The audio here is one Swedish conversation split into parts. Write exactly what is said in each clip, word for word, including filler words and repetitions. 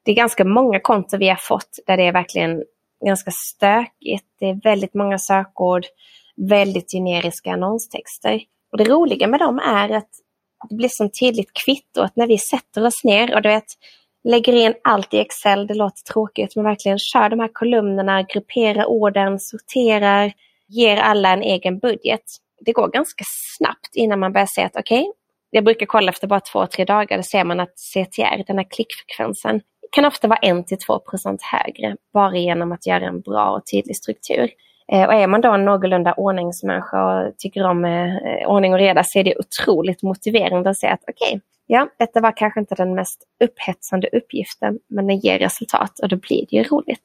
Det är ganska många konton vi har fått där det är verkligen ganska stökigt. Det är väldigt många sökord, väldigt generiska annonstexter. Och det roliga med dem är att det blir så tydligt kvitto att när vi sätter oss ner och du vet, lägger in allt i Excel, det låter tråkigt, men verkligen kör de här kolumnerna, grupperar orden, sorterar, ger alla en egen budget. Det går ganska snabbt innan man börjar se att okej, okay, jag brukar kolla efter bara två, tre dagar, då ser man att C T R, den här klickfrekvensen, kan ofta vara en till två procent högre bara genom att göra en bra och tydlig struktur. Eh, och är man då en någorlunda ordningsmänniska och tycker om eh, ordning och reda, så är det otroligt motiverande att säga att okej, okay, ja, detta var kanske inte den mest upphetsande uppgiften, men den ger resultat och då blir det ju roligt.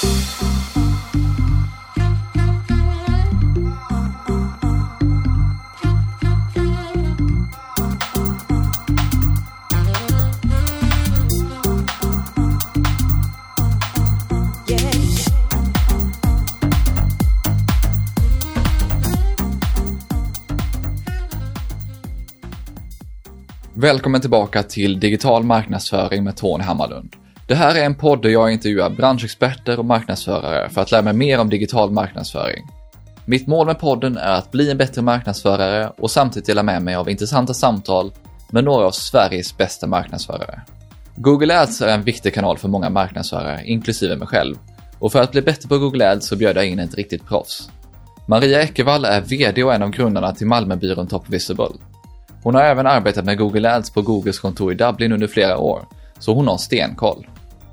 Välkommen tillbaka till Digital marknadsföring med Tony Hammarlund. Det här är en podd där jag intervjuar branschexperter och marknadsförare för att lära mig mer om digital marknadsföring. Mitt mål med podden är att bli en bättre marknadsförare och samtidigt dela med mig av intressanta samtal med några av Sveriges bästa marknadsförare. Google Ads är en viktig kanal för många marknadsförare, inklusive mig själv. Och för att bli bättre på Google Ads så bjöd jag in ett riktigt proffs. Maria Eckervall är vd och en av grundarna till Malmöbyrån Top Visible. Hon har även arbetat med Google Ads på Googles kontor i Dublin under flera år, så hon har stenkoll.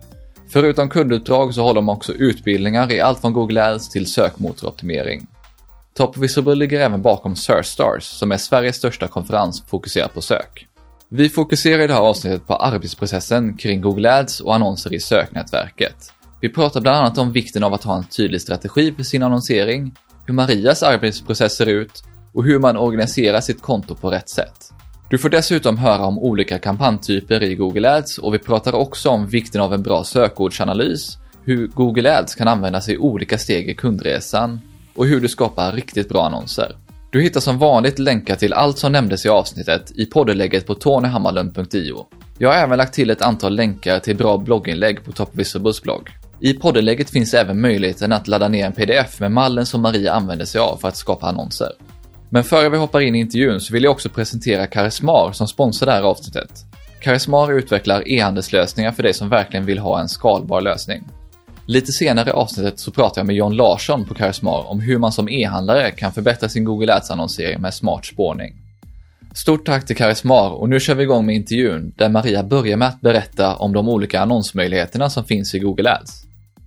Förutom kunduppdrag så håller de också utbildningar i allt från Google Ads till sökmotoroptimering. Top Visible ligger även bakom Search Stars, som är Sveriges största konferens fokuserad på sök. Vi fokuserar i det här avsnittet på arbetsprocessen kring Google Ads och annonser i söknätverket. Vi pratar bland annat om vikten av att ha en tydlig strategi för sin annonsering, hur Marias arbetsprocess ser ut och hur man organiserar sitt konto på rätt sätt. Du får dessutom höra om olika kampanjtyper i Google Ads och vi pratar också om vikten av en bra sökordsanalys, hur Google Ads kan användas i olika steg i kundresan och hur du skapar riktigt bra annonser. Du hittar som vanligt länkar till allt som nämndes i avsnittet i poddelägget på tony hammarlund punkt io. Jag har även lagt till ett antal länkar till bra blogginlägg på Top Visibles blogg. I poddelägget finns även möjligheten att ladda ner en pdf med mallen som Maria använder sig av för att skapa annonser. Men före vi hoppar in i intervjun så vill jag också presentera Karismar som sponsrar det här avsnittet. Karismar utvecklar e-handelslösningar för dig som verkligen vill ha en skalbar lösning. Lite senare i avsnittet så pratar jag med John Larsson på Karismar om hur man som e-handlare kan förbättra sin Google Ads-annonsering med smart spårning. Stort tack till Karismar och nu kör vi igång med intervjun där Maria börjar med att berätta om de olika annonsmöjligheterna som finns i Google Ads.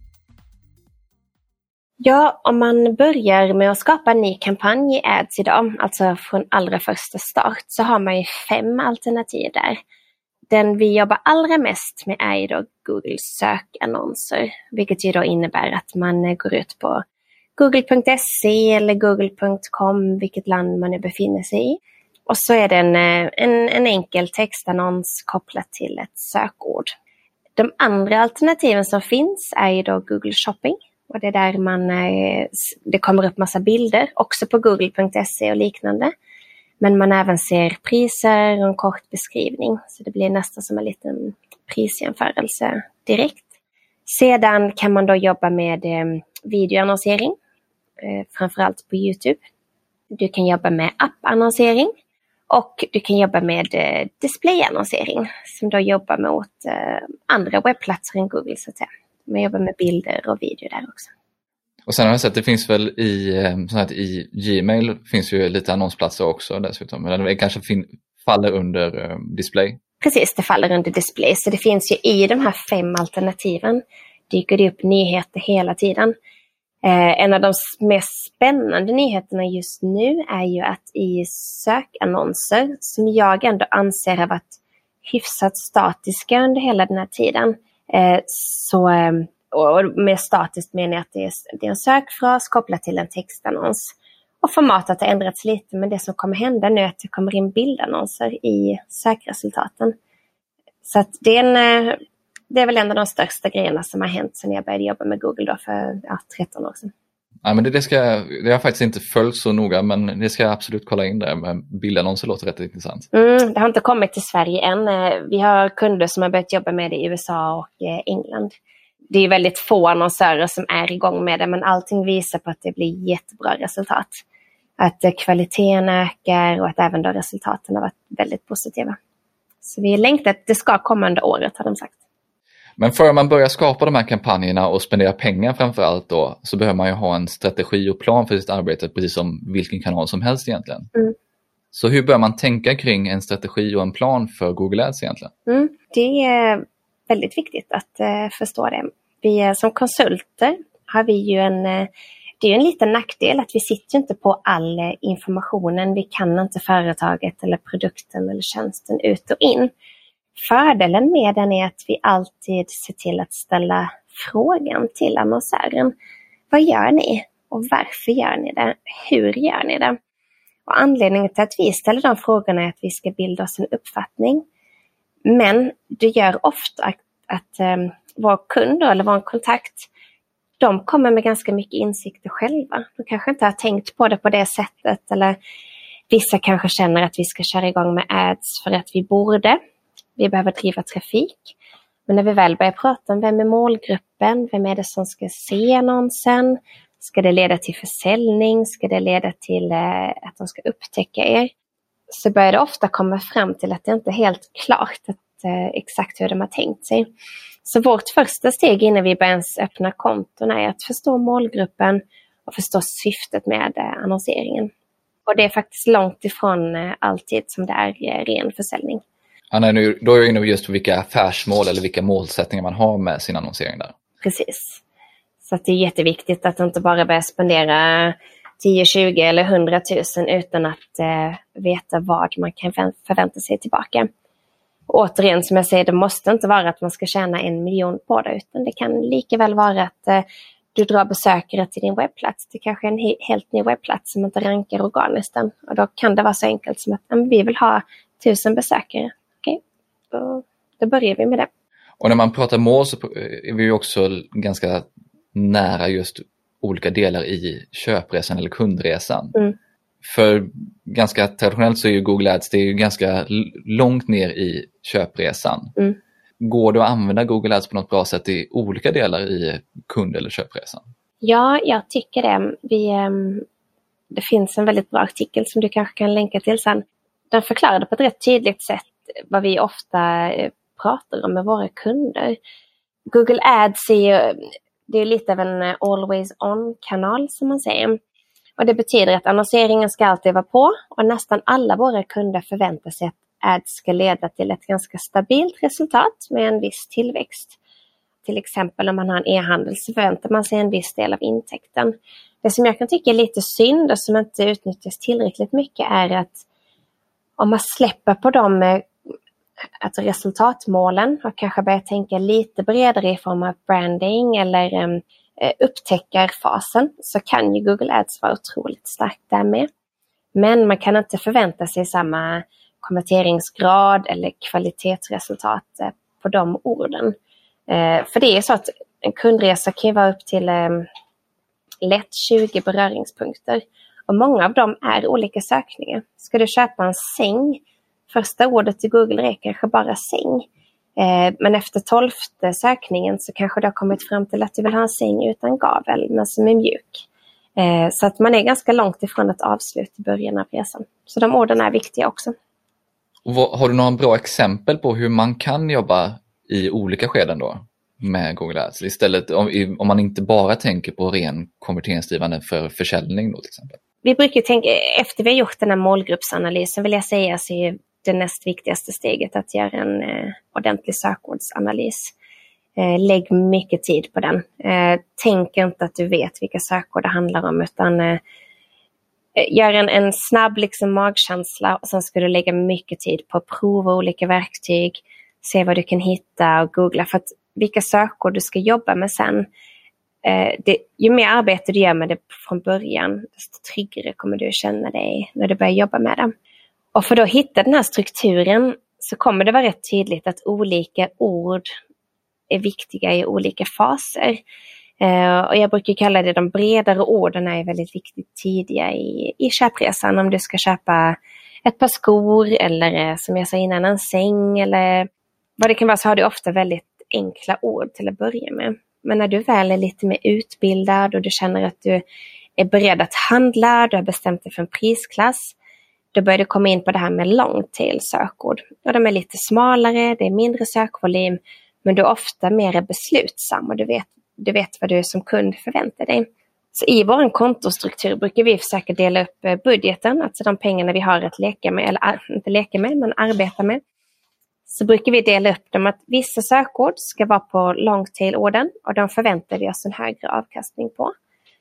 Ja, om man börjar med att skapa en ny kampanj i Ads idag, alltså från allra första start, så har man ju fem alternativ där. Den vi jobbar allra mest med är ju då Google sökannonser, vilket ju då innebär att man går ut på google punkt se eller google punkt com, vilket land man nu befinner sig i. Och så är det en, en, en enkel textannons kopplat till ett sökord. De andra alternativen som finns är ju då Google Shopping. Och det är där man, det kommer upp massa bilder, också på google punkt se och liknande. Men man även ser priser och en kort beskrivning. Så det blir nästan som en liten prisjämförelse direkt. Sedan kan man då jobba med videoannonsering, framförallt på YouTube. Du kan jobba med appannonsering. Och du kan jobba med displayannonsering som då jobbar mot andra webbplatser än Google så att säga. Man jobbar med bilder och video där också. Och sen har jag sett att det finns väl i, så här, i Gmail finns ju lite annonsplatser också dessutom. Men det kanske fin- faller under um, display. Precis, det faller under display. Så det finns ju i de här fem alternativen dyker det upp nyheter hela tiden. Eh, en av de mest spännande nyheterna just nu är ju att i sökannonser som jag ändå anser har varit hyfsat statiska under hela den här tiden. Eh, så, och med statiskt menar jag att det är, det är en sökfras kopplad till en textannons. Och formatet har ändrats lite, men det som kommer hända nu är att det kommer in bildannonser i sökresultaten. Så att det, är en, det är väl en av de största grejerna som har hänt sedan jag började jobba med Google då för ja, tretton år sedan. Ja, men det, det, ska, det har jag faktiskt inte följt så noga, men det ska jag absolut kolla in där. Men bildannonser låter rätt intressant. Mm, det har inte kommit till Sverige än. Vi har kunder som har börjat jobba med det i U S A och England. Det är väldigt få annonsörer som är igång med det, men allting visar på att det blir jättebra resultat. Att kvaliteten ökar och att även då resultaten har varit väldigt positiva. Så vi längtar att det ska komma under året, har de sagt. Men för att man börjar skapa de här kampanjerna och spendera pengar framförallt då, så behöver man ju ha en strategi och plan för sitt arbete, precis som vilken kanal som helst egentligen. Mm. Så hur bör man tänka kring en strategi och en plan för Google Ads egentligen? Mm. Det är väldigt viktigt att uh, förstå det. Vi som konsulter har vi ju en, det är ju en liten nackdel att vi sitter inte på all informationen. Vi kan inte företaget eller produkten eller tjänsten ut och in. Fördelen med den är att vi alltid ser till att ställa frågan till annonsören. Vad gör ni? Och varför gör ni det? Hur gör ni det? Och anledningen till att vi ställer de frågorna är att vi ska bilda oss en uppfattning. Men det gör ofta att, att um, vår kund eller vår kontakt, de kommer med ganska mycket insikter själva. De kanske inte har tänkt på det på det sättet, eller vissa kanske känner att vi ska köra igång med ads för att vi borde. Vi behöver driva trafik. Men när vi väl börjar prata om vem är målgruppen, vem är det som ska se annonsen, ska det leda till försäljning, ska det leda till eh, att de ska upptäcka er, så börjar det ofta komma fram till att det inte är helt klart att, eh, exakt hur de har tänkt sig. Så vårt första steg innan vi börjar ens öppna konton är att förstå målgruppen och förstå syftet med eh, annonseringen. Och det är faktiskt långt ifrån eh, alltid som det är eh, ren försäljning. Ja, nej, då är jag inne just på vilka affärsmål eller vilka målsättningar man har med sin annonsering där. Precis. Så att det är jätteviktigt att inte bara börja spendera tio, tjugo eller hundra tusen utan att eh, veta vad man kan förvänta sig tillbaka. Och återigen, som jag säger, det måste inte vara att man ska tjäna en miljon på det, utan det kan lika väl vara att eh, du drar besökare till din webbplats. Det kanske är en he- helt ny webbplats som inte rankar organiskt än. Och då kan det vara så enkelt som att eh, vi vill ha tusen besökare. Okej, då, då börjar vi med det. Och när man pratar mål så är vi ju också ganska nära just olika delar i köpresan eller kundresan. Mm. För ganska traditionellt så är ju Google Ads, det är ju ganska långt ner i köpresan. Mm. Går det att använda Google Ads på något bra sätt i olika delar i kund- eller köpresan? Ja, jag tycker det. Vi, um, det finns en väldigt bra artikel som du kanske kan länka till sen. Den förklarade på ett rätt tydligt sätt vad vi ofta uh, pratar om med våra kunder. Google Ads är ju, det är lite av en always on-kanal som man säger. Och det betyder att annonseringen ska alltid vara på och nästan alla våra kunder förväntar sig att ads ska leda till ett ganska stabilt resultat med en viss tillväxt. Till exempel om man har en e-handel så förväntar man sig en viss del av intäkten. Det som jag kan tycka är lite synd och som inte utnyttjas tillräckligt mycket är att om man släpper på de alltså resultatmålen och kanske börjar tänka lite bredare i form av branding eller um, upptäckarfasen, så kan ju Google Ads vara otroligt starkt där med. Men man kan inte förvänta sig samma konverteringsgrad eller kvalitetsresultat på de orden. Eh, för det är så att en kundresa kan ju vara upp till eh, lätt tjugo beröringspunkter. Och många av dem är olika sökningar. Ska du köpa en säng, första ordet i Google är kanske bara säng. Eh, men efter tolfte sökningen så kanske du har kommit fram till att du vill ha en säng utan gavel men som är mjuk. Eh, så att man är ganska långt ifrån att avsluta i början av resan. Så de orden är viktiga också. Och vad, har du några bra exempel på hur man kan jobba i olika skeden då med Google Ads? Istället om, om man inte bara tänker på ren konverteringsdrivande för försäljning då till exempel. Vi brukar tänka, efter vi har gjort den här målgruppsanalysen vill jag säga, så är det näst viktigaste steget att göra en eh, ordentlig sökordsanalys. Eh, lägg mycket tid på den. Eh, tänk inte att du vet vilka sökord det handlar om, utan eh, gör en, en snabb liksom, magkänsla och sen ska du lägga mycket tid på att prova olika verktyg, se vad du kan hitta och googla. För att vilka sökord du ska jobba med sen, eh, det, ju mer arbete du gör med det från början, desto tryggare kommer du känna dig när du börjar jobba med det. Och för att hitta den här strukturen så kommer det vara rätt tydligt att olika ord är viktiga i olika faser. Eh, och jag brukar kalla det de bredare orden är väldigt viktigt tidiga i, i köpresan. Om du ska köpa ett par skor eller eh, som jag sa innan en säng eller vad det kan vara, så har du ofta väldigt enkla ord till att börja med. Men när du väl är lite mer utbildad och du känner att du är beredd att handla, du har bestämt dig för en prisklass, då börjar du komma in på det här med long tail sökord. Och de är lite smalare, det är mindre sökvolym, men du är ofta mer beslutsam och du vet, du vet vad du som kund förväntar dig. Så i vår kontostruktur brukar vi försöka dela upp budgeten, alltså de pengarna vi har att leka med, eller inte leka med, men arbeta med. Så brukar vi dela upp dem att vissa sökord ska vara på long tail-orden och de förväntar vi oss en högre avkastning på.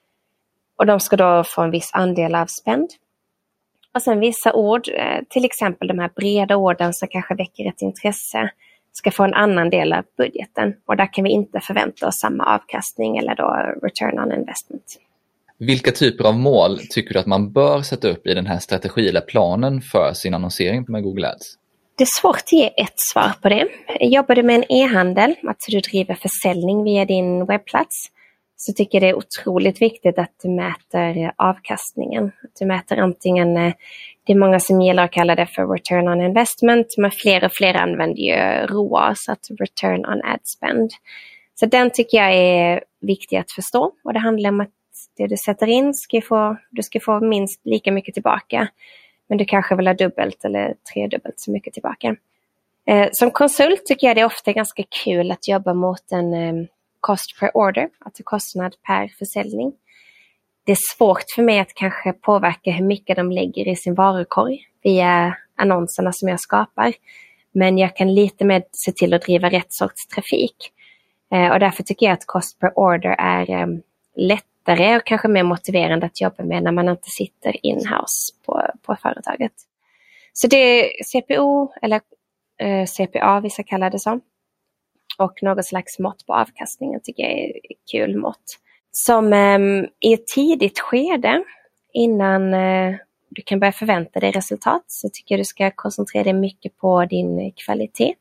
Och de ska då få en viss andel av spend. Och sen vissa ord, till exempel de här breda orden som kanske väcker ett intresse, ska få en annan del av budgeten. Och där kan vi inte förvänta oss samma avkastning eller då return on investment. Vilka typer av mål tycker du att man bör sätta upp i den här strategi eller planen för sin annonsering med Google Ads? Det är svårt att ge ett svar på det. Jobbar du med en e-handel, alltså du driver försäljning via din webbplats, så tycker jag det är otroligt viktigt att du mäter avkastningen. Att du mäter antingen, det är många som gillar att kalla det för return on investment, men fler och fler använder ju R O A, så att return on ad spend. Så den tycker jag är viktig att förstå, och det handlar om att det du sätter in ska få, du ska få minst lika mycket tillbaka. Men du kanske vill ha dubbelt eller tredubbelt så mycket tillbaka. Eh, som konsult tycker jag det är ofta ganska kul att jobba mot en eh, cost per order, alltså kostnad per försäljning. Det är svårt för mig att kanske påverka hur mycket de lägger i sin varukorg via annonserna som jag skapar. Men jag kan lite med se till att driva rätt sorts trafik. Eh, och därför tycker jag att cost per order är eh, lätt och kanske mer motiverande att jobba med när man inte sitter in-house på, på företaget. Så det är C P O eller eh, C P A, vissa kallar det så. Och något slags mått på avkastningen tycker jag är kul mått. Som eh, i ett tidigt skede innan eh, du kan börja förvänta dig resultat, så tycker jag du ska koncentrera dig mycket på din kvalitet.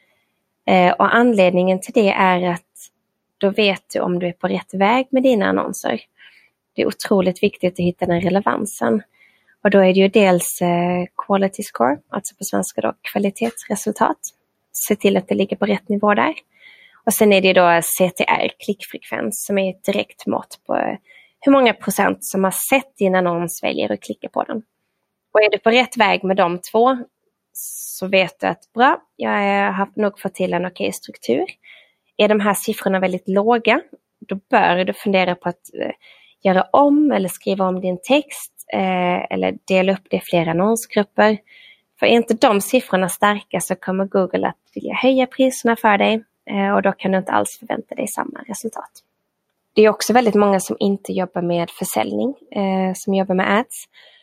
Eh, och anledningen till det är att då vet du om du är på rätt väg med dina annonser. Det är otroligt viktigt att hitta den relevansen. Och då är det ju dels eh, quality score, alltså på svenska då kvalitetsresultat. Se till att det ligger på rätt nivå där. Och sen är det då C T R, klickfrekvens, som är ett direkt mått på eh, hur många procent som har sett din annons väljer att klicka på den. Och är du på rätt väg med de två, så vet du att bra, jag har nog fått till en okej struktur. Är de här siffrorna väldigt låga, då bör du fundera på att eh, göra om eller skriva om din text eh, eller dela upp det i flera annonsgrupper. För är inte de siffrorna starka, så kommer Google att vilja höja priserna för dig eh, och då kan du inte alls förvänta dig samma resultat. Det är också väldigt många som inte jobbar med försäljning, eh, som jobbar med ads.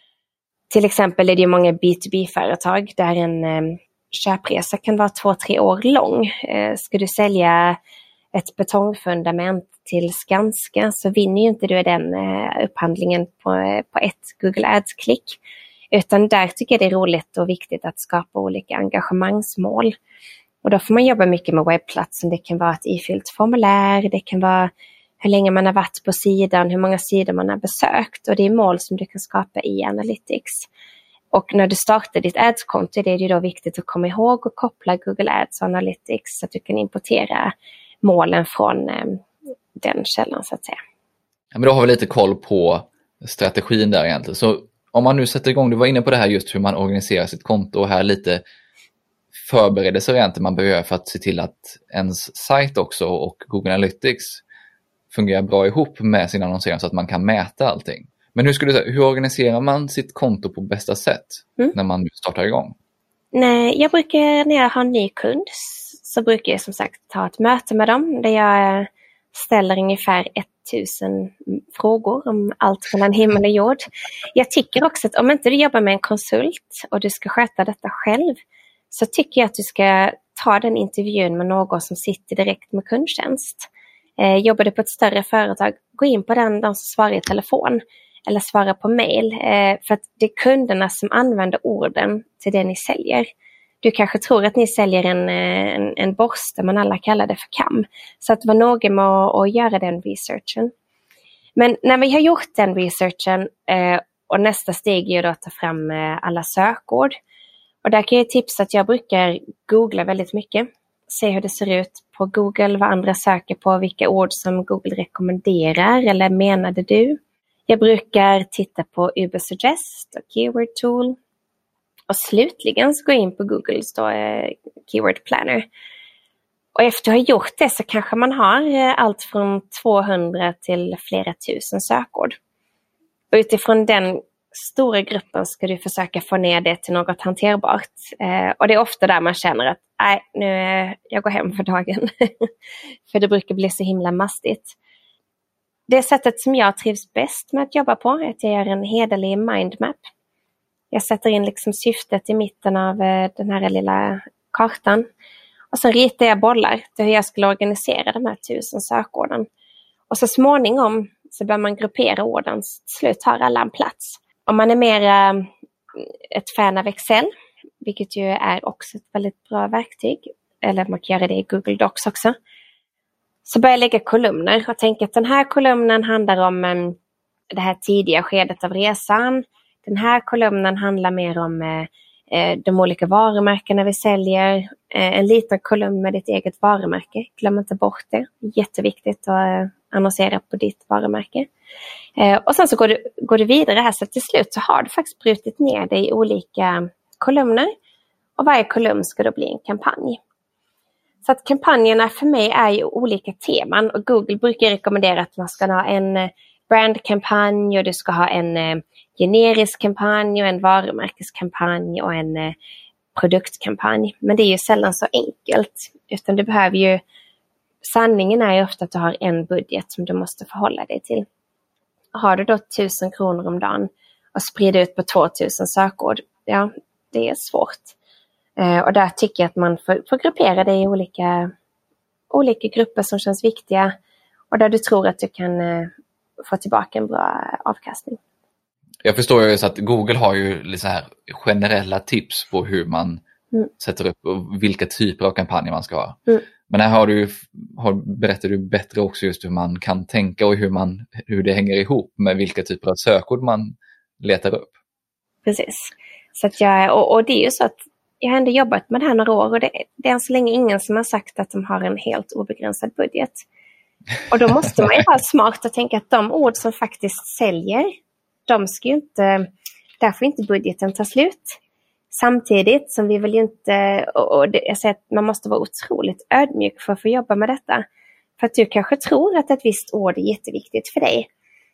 Till exempel är det många B to B-företag där en eh, köpresa kan vara två, tre år lång. Eh, ska du sälja ett betongfundament till Skanska, så vinner ju inte du den eh, upphandlingen på, på ett Google Ads-klick. Utan där tycker jag det är roligt och viktigt att skapa olika engagemangsmål. Och då får man jobba mycket med webbplatsen. Det kan vara ett ifyllt formulär, det kan vara hur länge man har varit på sidan, hur många sidor man har besökt. Och det är mål som du kan skapa i Analytics. Och när du startar ditt ads-konto är det då viktigt att komma ihåg och koppla Google Ads och Analytics så att du kan importera målen från eh, den källan så att säga. Ja, men då har vi lite koll på strategin där egentligen. Så om man nu sätter igång, du var inne på det här just hur man organiserar sitt konto och här lite förberedelser egentligen man behöver för att se till att ens sajt också och Google Analytics fungerar bra ihop med sin annonsering så att man kan mäta allting. Men hur, skulle du säga, hur organiserar man sitt konto på bästa sätt mm. när man startar igång? Nej, jag brukar, när jag har en ny kund, så brukar jag som sagt ta ett möte med dem där jag ställer ungefär tusen frågor om allt mellan himmel och jord. Jag tycker också att om inte du jobbar med en konsult och du ska sköta detta själv, så tycker jag att du ska ta den intervjun med någon som sitter direkt med kundtjänst. Eh, jobbar du på ett större företag, gå in på den, de som svarar i telefon eller svara på mail. Eh, för att det är kunderna som använder orden till det ni säljer. Du kanske tror att ni säljer en, en, en borste, men alla kallar det för kam. Så att var noga med att, att göra den researchen. Men när vi har gjort den researchen eh, och nästa steg är att ta fram eh, alla sökord. Och där kan jag tipsa att jag brukar googla väldigt mycket. Se hur det ser ut på Google, vad andra söker på, vilka ord som Google rekommenderar eller menade du. Jag brukar titta på Ubersuggest och Keyword Tool. Och slutligen så går jag in på Googles då, eh, Keyword Planner. Och efter att ha gjort det så kanske man har eh, allt från tvåhundra till flera tusen sökord. Och utifrån den stora gruppen ska du försöka få ner det till något hanterbart. Eh, och det är ofta där man känner att nej, nu eh, jag går hem för dagen. För det brukar bli så himla mastigt. Det sättet som jag trivs bäst med att jobba på är att jag gör en hederlig mindmap. Jag sätter in liksom syftet i mitten av eh, den här lilla kartan. Och sen ritar jag bollar till hur jag skulle organisera de här tusen sökorden. Och så småningom så bör man gruppera orden. Till slut har alla en plats. Om man är mer äh, ett fan av Excel, vilket ju är också ett väldigt bra verktyg, eller man kan göra det i Google Docs också, så börjar jag lägga kolumner och tänka att den här kolumnen handlar om äh, det här tidiga skedet av resan. Den här kolumnen handlar mer om äh, de olika varumärkena vi säljer. Äh, en liten kolumn med ditt eget varumärke, glöm inte bort det. Jätteviktigt att äh, annonsera på ditt varumärke. Eh, och sen så går du, går du vidare här, så till slut så har du faktiskt brutit ner det i olika kolumner. Och varje kolumn ska då bli en kampanj. Så att kampanjerna för mig är ju olika teman. Och Google brukar rekommendera att man ska ha en brandkampanj och du ska ha en eh, generisk kampanj och en varumärkeskampanj och en eh, produktkampanj. Men det är ju sällan så enkelt. Utan du behöver ju, sanningen är ju ofta att du har en budget som du måste förhålla dig till. Har du då tusen kronor om dagen och sprider ut på tvåtusen sökord, ja, det är svårt. Eh, och där tycker jag att man får, får gruppera det i olika, olika grupper som känns viktiga och där du tror att du kan eh, få tillbaka en bra avkastning. Jag förstår ju så att Google har ju lite så här generella tips på hur man mm. sätter upp och vilka typer av kampanjer man ska ha. Mm. Men här har du, har, berättar du bättre också just hur man kan tänka och hur, man, hur det hänger ihop med vilka typer av sökord man letar upp. Precis. Så att jag, och, och det är ju så att jag har ändå jobbat med det här några år och det, det är än så länge ingen som har sagt att de har en helt obegränsad budget. Och då måste man ju vara smart och tänka att de ord som faktiskt säljer, de ska ju inte, där får inte budgeten ta slut. Samtidigt som vi vill ju inte, och det, jag säger att man måste vara otroligt ödmjuk för att få jobba med detta. För att du kanske tror att ett visst ord är jätteviktigt för dig.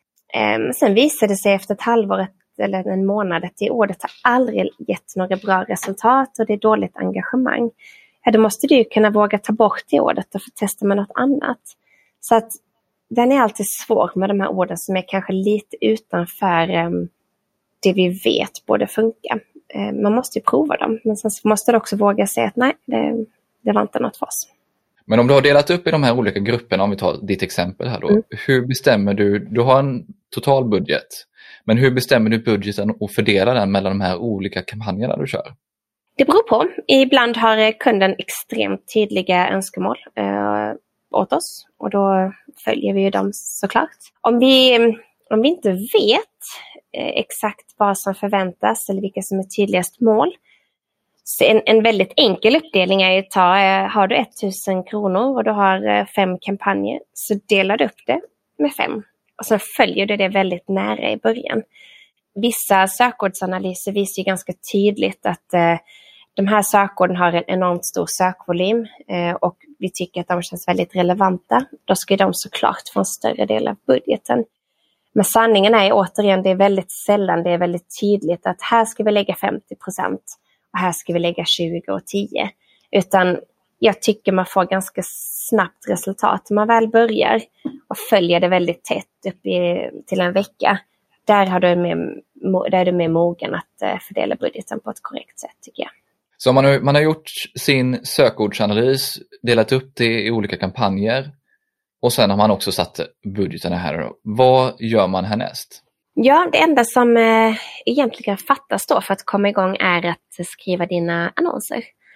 Um, sen visar det sig efter ett halvår eller en månad att det ordet har aldrig gett några bra resultat och det är dåligt engagemang. Ja, då måste du kunna våga ta bort det ordet och få testa med något annat. Så att den är alltid svår med de här orden som är kanske lite utanför um, det vi vet borde funka. Um, man måste ju prova dem, men sen måste du också våga säga att nej, det, det var inte något för oss. Men om du har delat upp i de här olika grupperna, om vi tar ditt exempel här då, mm. hur bestämmer du, du har en total budget, men hur bestämmer du budgeten och fördelar den mellan de här olika kampanjerna du kör? Det beror på. Ibland har kunden extremt tydliga önskemål eh, åt oss och då följer vi ju dem såklart. Om vi, om vi inte vet eh, exakt vad som förväntas eller vilka som är tydligast mål, så en, en väldigt enkel uppdelning är att ta, eh, har du tusen kronor och du har eh, fem kampanjer, så delar du upp det med fem. Och så följer du det väldigt nära i början. Vissa sökordsanalyser visar ju ganska tydligt att eh, de här sökorden har en enormt stor sökvolym eh, och vi tycker att de känns väldigt relevanta. Då ska de såklart få en större del av budgeten. Men sanningen är återigen, det är väldigt sällan det är väldigt tydligt att här ska vi lägga femtio procent och här ska vi lägga tjugo och tio. Utan jag tycker man får ganska snabbt resultat. Man väl börjar och följer det väldigt tätt upp i, till en vecka. Där, har du med, där är du mer mogen att fördela budgeten på ett korrekt sätt, tycker jag. Så man har, man har gjort sin sökordsanalys, delat upp det i olika kampanjer och sen har man också satt budgeten här. Vad gör man härnäst? Ja, det enda som eh, egentligen fattas då för att komma igång är att skriva dina annonser.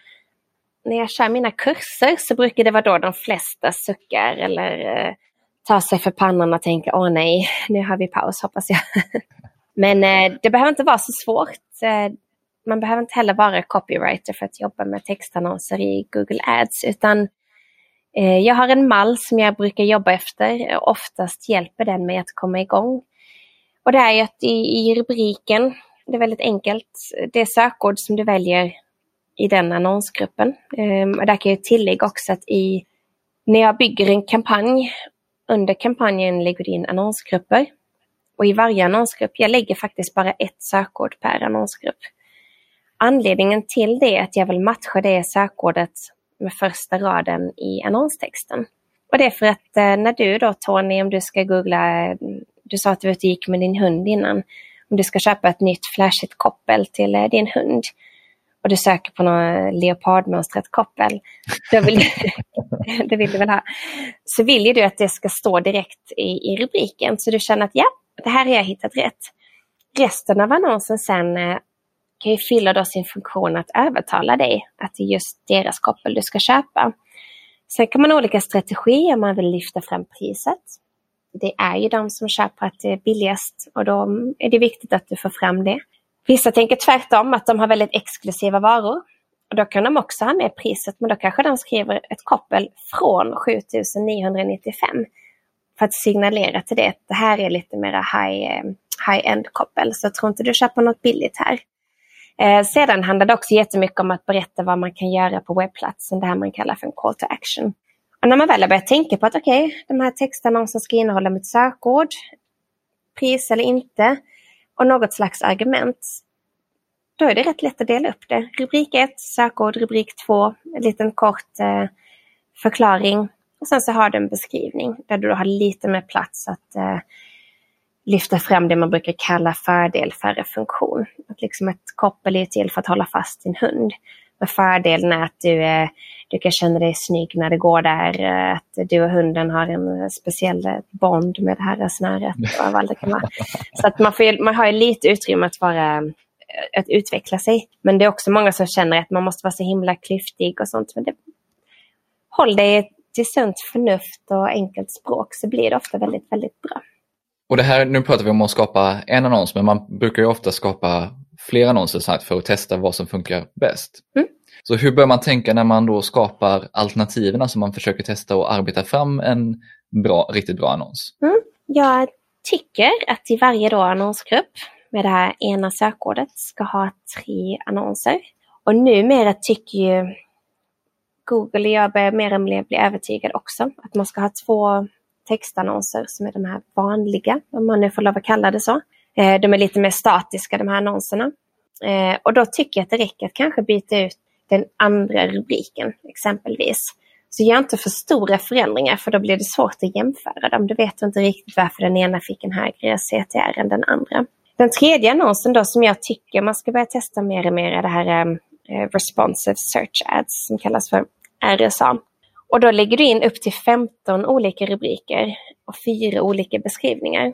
när jag kör mina kurser så brukar det vara då de flesta suckar eller eh, tar sig för pannan och tänker åh nej, nu har vi paus hoppas jag. Men eh, det behöver inte vara så svårt. Eh, man behöver inte heller vara copywriter för att jobba med textannonser i Google Ads, utan eh, jag har en mall som jag brukar jobba efter och oftast hjälper den mig att komma igång. Och det är ju att i, i rubriken, det är väldigt enkelt, det är sökord som du väljer i den annonsgruppen. Eh, och där kan jag tillägga också att i, när jag bygger en kampanj, under kampanjen lägger du in annonsgrupper. Och i varje annonsgrupp, jag lägger faktiskt bara ett sökord per annonsgrupp. Anledningen till det är att jag vill matcha det sökordet med första raden i annonstexten. Och det är för att eh, när du då Tony, om du ska googla, du sa att du gick med din hund innan. Om du ska köpa ett nytt flashigt koppel till eh, din hund och du söker på något leopardmönstrat koppel, då vill, det vill du väl ha. Så vill ju du att det ska stå direkt i, i rubriken så du känner att ja, det här har jag hittat rätt. Resten av annonsen sen eh, kan ju fylla då sin funktion att övertala dig att det är just deras koppel du ska köpa. Sen kan man ha olika strategier om man vill lyfta fram priset. Det är ju de som köper att det är billigast och då är det viktigt att du får fram det. Vissa tänker tvärtom att de har väldigt exklusiva varor. Och då kan de också ha med priset, men då kanske de skriver ett koppel från sju tusen niohundranittiofem. För att signalera till det att det här är lite mer high, high-end koppel. Så jag tror inte du köper något billigt här. Eh, sedan handlar det också jättemycket om att berätta vad man kan göra på webbplatsen. Det här man kallar för en call to action. Och när man väl har börjat tänka på att okej, okay, de här textannonserna ska innehålla mitt sökord, pris eller inte och något slags argument. Då är det rätt lätt att dela upp det. Rubrik ett, sökord, rubrik två, en liten kort eh, förklaring. Och sen så har du en beskrivning där du då har lite mer plats att eh, lyfta fram det man brukar kalla fördel före funktion. Att liksom ett koppel är till för att hålla fast din hund. Men fördelen är att du, eh, du kan känna dig snygg när det går där. Eh, att du och hunden har en speciell bond med det här snöret. Och vad det kan vara. Så att man, får, man har ju lite utrymme att, vara, att utveckla sig. Men det är också många som känner att man måste vara så himla klyftig och sånt. Men det, håll dig till sunt förnuft och enkelt språk så blir det ofta väldigt, väldigt bra. Och det här, nu pratar vi om att skapa en annons, men man brukar ju ofta skapa fler annonser för att testa vad som funkar bäst. Mm. Så hur bör man tänka när man då skapar alternativen som man försöker testa och arbeta fram en bra, riktigt bra annons? Mm. Jag tycker att i varje då annonsgrupp med det här ena sökordet ska ha tre annonser. Och numera tycker ju Google, jag börjar mer och mer bli övertygad också, att man ska ha två textannonser som är de här vanliga, om man nu får lov att kalla det så. De är lite mer statiska, de här annonserna. Och då tycker jag att det räcker att kanske byta ut den andra rubriken exempelvis. Så gör inte för stora förändringar för då blir det svårt att jämföra dem. Du vet inte riktigt varför den ena fick en högre C T R än den andra. Den tredje annonsen då som jag tycker man ska börja testa mer och mer är det här eh, Responsive Search Ads som kallas för R S A. Och då lägger du in upp till femton olika rubriker och fyra olika beskrivningar.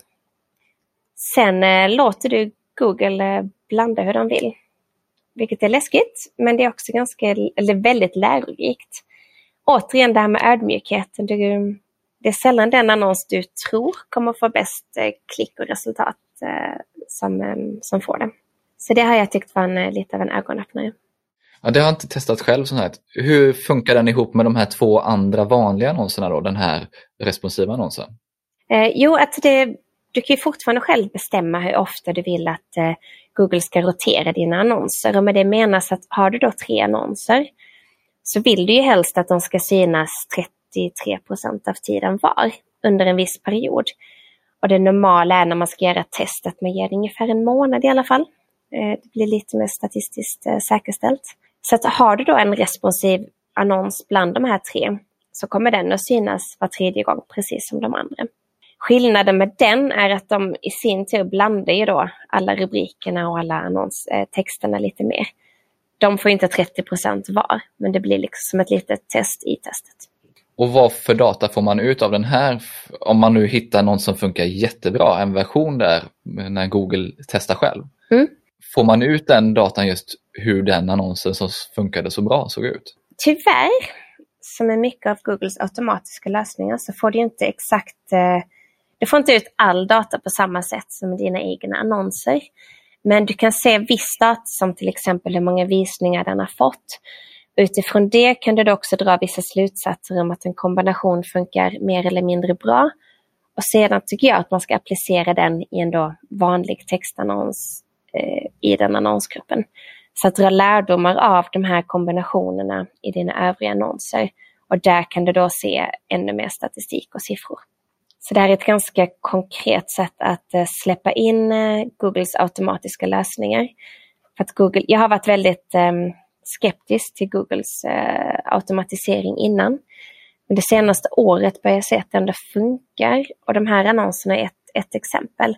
Sen eh, låter du Google eh, blanda hur de vill. Vilket är läskigt, men det är också ganska, eller väldigt lärorikt. Återigen det här med ödmjukheten. Du, det är sällan den annons du tror kommer få bäst eh, klick och resultat eh, som, eh, som får det. Så det har jag tyckt var en, lite av en ögonöppnare. Ja, det har jag inte testat själv. Sånt här. Hur funkar den ihop med de här två andra vanliga annonserna då, den här responsiva annonsen? Eh, jo, att det, du kan ju fortfarande själv bestämma hur ofta du vill att eh, Google ska rotera dina annonser. Och med det menas att har du då tre annonser så vill du ju helst att de ska synas trettiotre procent av tiden var under en viss period. Och det normala är när man ska göra ett test att man ger det ungefär en månad i alla fall. Eh, det blir lite mer statistiskt eh, säkerställt. Så att har du då en responsiv annons bland de här tre så kommer den att synas var tredje gång precis som de andra. Skillnaden med den är att de i sin tur blandar ju då alla rubrikerna och alla annonstexterna lite mer. De får inte trettio procent var, men det blir liksom ett litet test i testet. Och vad för data får man ut av den här om man nu hittar någon som funkar jättebra, en version där när Google testar själv? Mm. Får man ut den datan just hur den annonsen som funkade så bra såg ut? Tyvärr, som är mycket av Googles automatiska lösningar, så får du inte exakt, eh, du får inte ut all data på samma sätt som dina egna annonser. Men du kan se viss data, som till exempel hur många visningar den har fått. Utifrån det kan du då också dra vissa slutsatser om att en kombination funkar mer eller mindre bra. Och sedan tycker jag att man ska applicera den i en då vanlig textannons eh, i den annonsgruppen. Så att dra lärdomar av de här kombinationerna i dina övriga annonser. Och där kan du då se ännu mer statistik och siffror. Så det här är ett ganska konkret sätt att eh, släppa in eh, Googles automatiska lösningar. För att Google, jag har varit väldigt eh, skeptisk till Googles eh, automatisering innan. Men det senaste året börjar jag se att det ändå funkar. Och de här annonserna är ett, ett exempel.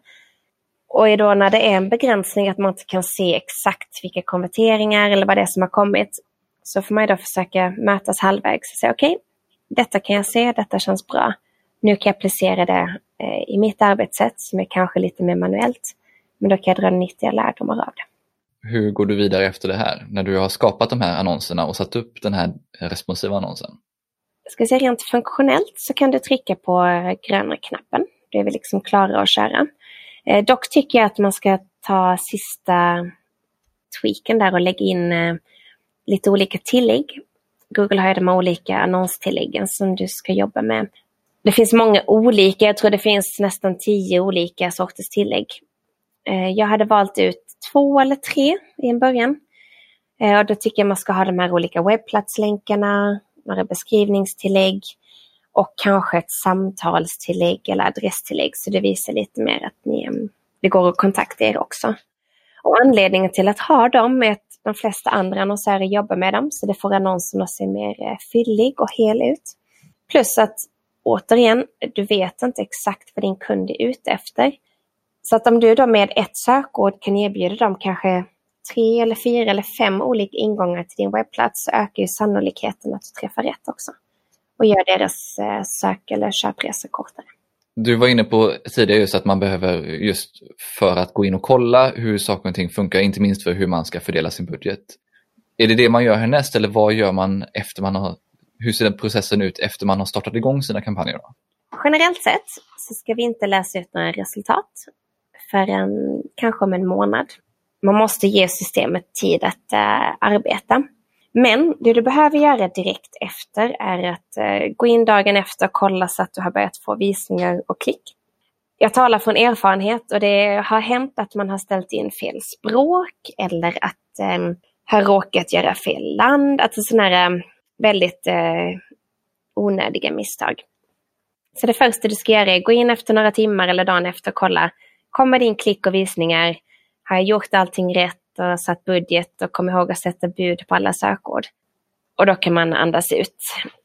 Och är då när det är en begränsning att man inte kan se exakt vilka konverteringar eller vad det är som har kommit, så får man då försöka mötas halvvägs och säga okej, okay, detta kan jag se, detta känns bra. Nu kan jag applicera det eh, i mitt arbetssätt som är kanske lite mer manuellt. Men då kan jag dra nyttiga lärdomar av det. Hur går du vidare efter det här? När du har skapat de här annonserna och satt upp den här responsiva annonsen? Ska jag säga rent funktionellt så kan du trycka på gröna knappen. Det är väl liksom klara att köra. Eh, dock tycker jag att man ska ta sista tweaken där och lägga in eh, lite olika tillägg. Google har ju de olika annonstilläggen som du ska jobba med. Det finns många olika, jag tror det finns nästan tio olika sorters tillägg. Eh, jag hade valt ut två eller tre i en början. Eh, och då tycker jag man ska ha de här olika webbplatslänkarna, några beskrivningstillägg och kanske ett samtalstillägg eller adresstillägg, så det visar lite mer att ni, det går att kontakta er också. Och anledningen till att ha dem är att de flesta andra annonsörer jobbar med dem, så det får annonsen att se mer fyllig och hel ut. Plus att återigen, du vet inte exakt vad din kund är ute efter. Så att om du då med ett sökord kan erbjuda dem kanske tre eller fyra eller fem olika ingångar till din webbplats, så ökar ju sannolikheten att du träffar rätt också. Och gör deras sök- eller köpresa kortare. Du var inne på tidigare just att man behöver just för att gå in och kolla hur saker och ting funkar, inte minst för hur man ska fördela sin budget. Är det det man gör härnäst, eller vad gör man efter man har, hur ser den processen ut efter man har startat igång sina kampanjer då? Generellt sett så ska vi inte läsa ut några resultat förrän kanske om en månad. Man måste ge systemet tid att äh, arbeta. Men det du behöver göra direkt efter är att äh, gå in dagen efter och kolla så att du har börjat få visningar och klick. Jag talar från erfarenhet och det har hänt att man har ställt in fel språk eller att äh, har råkat göra fel land. Alltså sådana här äh, väldigt äh, onödiga misstag. Så det första du ska göra är gå in efter några timmar eller dagen efter och kolla. Kommer din klick och visningar? Har jag gjort allting rätt och satt budget och kom ihåg att sätta bud på alla sökord? Och då kan man andas ut.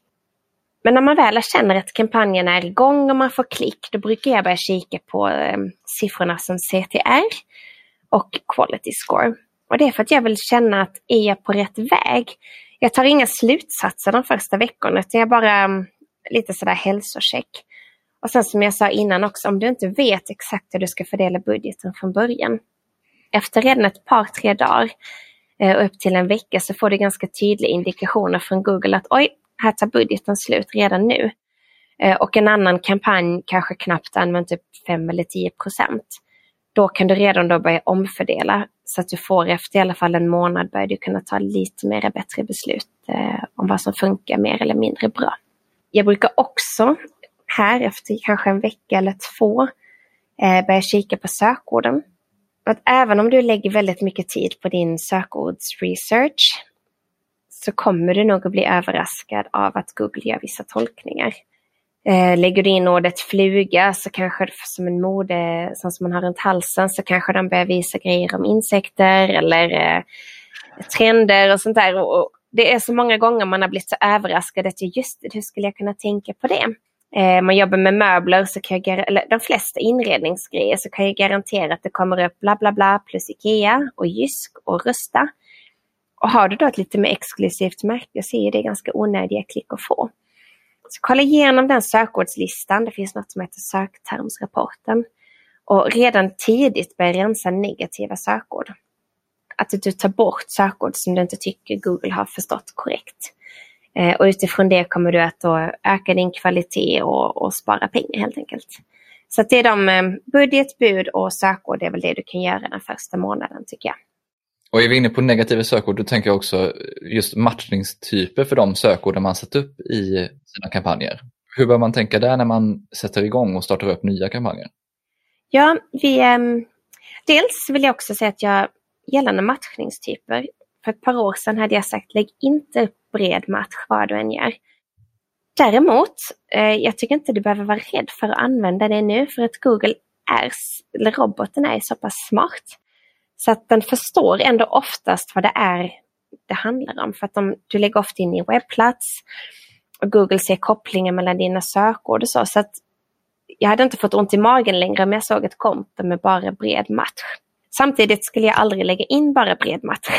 Men när man väl känner att kampanjen är igång och man får klick, då brukar jag börja kika på eh, siffrorna som C T R och quality score. Och det är för att jag vill känna att är jag på rätt väg? Jag tar inga slutsatser de första veckorna, utan jag bara um, lite sådär hälsocheck. Och sen som jag sa innan också, om du inte vet exakt hur du ska fördela budgeten från början. Efter redan ett par, tre dagar eh, och upp till en vecka så får du ganska tydliga indikationer från Google att oj, här tar budgeten slut redan nu. Eh, och en annan kampanj kanske knappt använder typ fem eller tio procent. Då kan du redan då börja omfördela så att du får efter i alla fall en månad börjar du kunna ta lite mer bättre beslut eh, om vad som funkar mer eller mindre bra. Jag brukar också här efter kanske en vecka eller två eh, börja kika på sökorden. Att även om du lägger väldigt mycket tid på din sökordsresearch så kommer du nog att bli överraskad av att Google gör vissa tolkningar. Eh, lägger du in ordet fluga så kanske som en mode som man har runt halsen så kanske de börjar visa grejer om insekter eller eh, trender och sånt där. Och, och det är så många gånger man har blivit så överraskad att just det, hur skulle jag kunna tänka på det? Eh, man jobbar med möbler så kan jag, eller de flesta inredningsgrejer så kan jag garantera att det kommer upp bla bla bla plus Ikea och Jysk och Rusta. Och har du då ett lite mer exklusivt märke så är det ganska onödiga klick att få. Så kolla igenom den sökordslistan. Det finns något som heter söktermsrapporten. Och redan tidigt börja rensa negativa sökord. Att du tar bort sökord som du inte tycker Google har förstått korrekt. Och utifrån det kommer du att då öka din kvalitet och, och spara pengar helt enkelt. Så att det är de budget, bud och sökord, det är väl det du kan göra den första månaden tycker jag. Och är vi inne på negativa sökord, då tänker jag också just matchningstyper för de sökord man satt upp i sina kampanjer. Hur bör man tänka där när man sätter igång och startar upp nya kampanjer? Ja, vi, eh, dels vill jag också säga att jag gällande matchningstyper, för ett par år sedan hade jag sagt lägg inte upp bred match vad du än gör. Däremot, eh, jag tycker inte du behöver vara rädd för att använda det nu, för att Google är, eller roboten är så pass smart. Så att den förstår ändå oftast vad det är det handlar om. För att de, du lägger ofta in i webbplats och Google ser kopplingen mellan dina sökord och så. Så att jag hade inte fått ont i magen längre om jag såg ett konto med bara bred match. Samtidigt skulle jag aldrig lägga in bara bred match.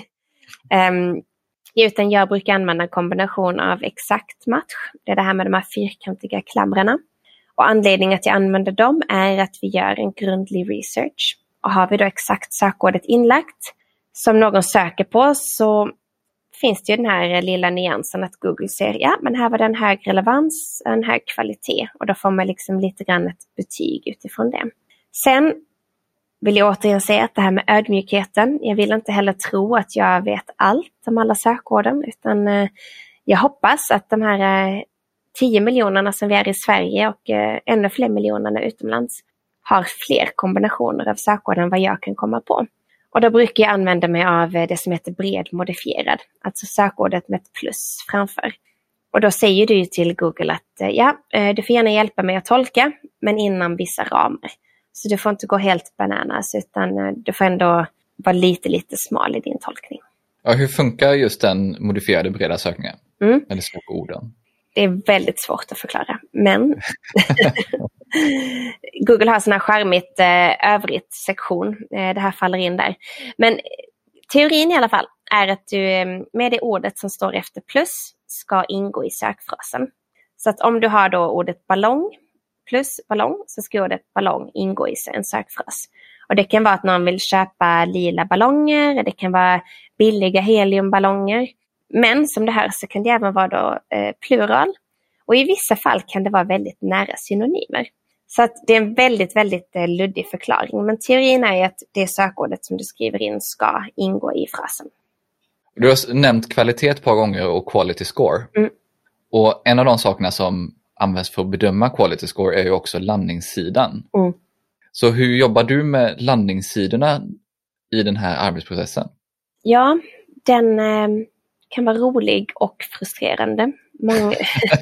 um, utan jag brukar använda en kombination av exakt match. Det är det här med de här fyrkantiga klamrarna. Och anledningen att jag använder dem är att vi gör en grundlig research. Och har vi då exakt sökordet inlagt som någon söker på, så finns det ju den här lilla nyansen att Google ser, ja men här var det en hög relevans, en hög kvalitet. Och då får man liksom lite grann ett betyg utifrån det. Sen vill jag återigen säga att det här med ödmjukheten, jag vill inte heller tro att jag vet allt om alla sökorden, utan eh, jag hoppas att de här eh, tio miljonerna som vi är i Sverige och eh, ännu fler miljonerna utomlands har fler kombinationer av sökord än vad jag kan komma på. Och då brukar jag använda mig av det som heter bred modifierad, alltså sökordet med ett plus framför. Och då säger du till Google att ja, du får gärna hjälpa mig att tolka, men inom vissa ramar. Så du får inte gå helt bananas, utan du får ändå vara lite, lite smal i din tolkning. Ja, hur funkar just den modifierade breda sökningen? Mm. Eller sökorden? Det är väldigt svårt att förklara, men Google har sån här skärmigt eh, övrigt sektion. Eh, det här faller in där. Men teorin i alla fall är att du med det ordet som står efter plus ska ingå i sökfrasen. Så att om du har då ordet ballong plus ballong, så ska ordet ballong ingå i en sökfras. Och det kan vara att någon vill köpa lila ballonger, det kan vara billiga heliumballonger. Men som det här så kan det även vara då, eh, plural. Och i vissa fall kan det vara väldigt nära synonymer. Så att det är en väldigt, väldigt eh, luddig förklaring. Men teorin är att det sökordet som du skriver in ska ingå i frasen. Du har nämnt kvalitet ett par gånger och quality score. Mm. Och en av de sakerna som används för att bedöma quality score är ju också landningssidan. Mm. Så hur jobbar du med landningssidorna i den här arbetsprocessen? Ja, den eh, kan vara rolig och frustrerande. Många,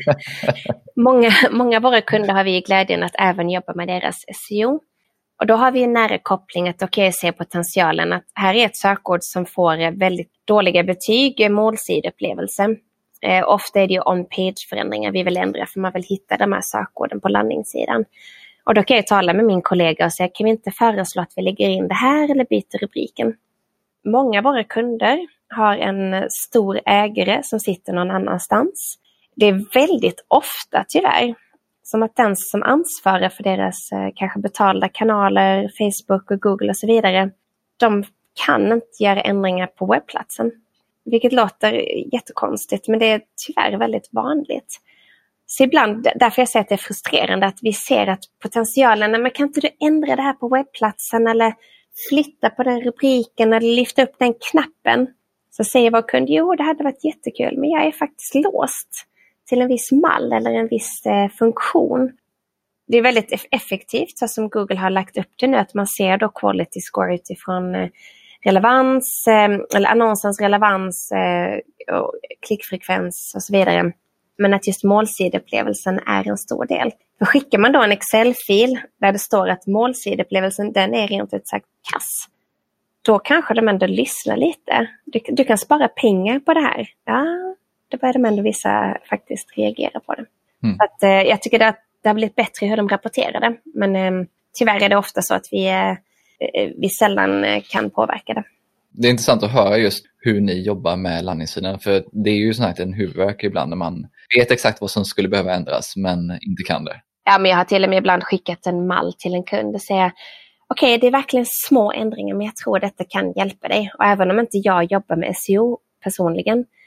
många, många av våra kunder har vi glädjen att även jobba med deras S E O. Och då har vi en nära koppling att okej, okay, se potentialen att här är ett sökord som får väldigt dåliga betyg, målsidupplevelse. Eh, ofta är det ju on-page-förändringar vi vill ändra, för man vill hitta de här sökorden på landningssidan. Och då kan jag tala med min kollega och säga, kan vi inte föreslå att vi lägger in det här eller byter rubriken? Många av våra kunder har en stor ägare som sitter någon annanstans. Det är väldigt ofta tyvärr som att den som ansvarar för deras eh, kanske betalda kanaler, Facebook och Google och så vidare, de kan inte göra ändringar på webbplatsen. Vilket låter jättekonstigt, men det är tyvärr väldigt vanligt. Så ibland, därför jag säger att det är frustrerande att vi ser att potentialen, men kan inte du ändra det här på webbplatsen eller flytta på den rubriken eller lyfta upp den knappen? Så säger vår kund, jo det hade varit jättekul, men jag är faktiskt låst till en viss mall eller en viss eh, funktion. Det är väldigt effektivt så som Google har lagt upp det nu, att man ser då quality score utifrån eh, relevans, eh, eller annonsens relevans, eh, och klickfrekvens och så vidare. Men att just målsideupplevelsen är en stor del. För skickar man då en Excel-fil där det står att målsideupplevelsen den är rent ut sagt kass, då kanske de ändå lyssnar lite. Du, du kan spara pengar på det här. Ja, då börjar de ändå vissa faktiskt reagera på det. Mm. Så att, eh, jag tycker att det har blivit bättre hur de rapporterar det. Men eh, tyvärr är det ofta så att vi, eh, vi sällan eh, kan påverka det. Det är intressant att höra just hur ni jobbar med landningssidan. För det är ju sån här en huvudvärk ibland när man vet exakt vad som skulle behöva ändras men inte kan det. Ja, men jag har till och med ibland skickat en mall till en kund och säger okej, okay, det är verkligen små ändringar men jag tror att detta kan hjälpa dig. Och även om inte jag jobbar med S E O personligen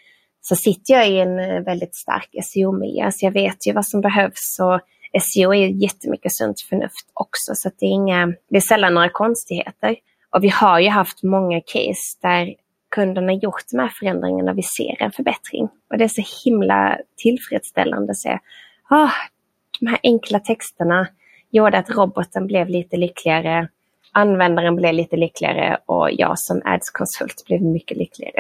så sitter jag i en väldigt stark S E O-miljö. Så jag vet ju vad som behövs, och S E O är ju jättemycket sunt förnuft också. Så att det, är inga, det är sällan några konstigheter. Och vi har ju haft många case där kunderna gjort de här förändringarna och vi ser en förbättring. Och det är så himla tillfredsställande att se. Oh, de här enkla texterna gjorde att roboten blev lite lyckligare. Användaren blev lite lyckligare och jag som ads-konsult blev mycket lyckligare.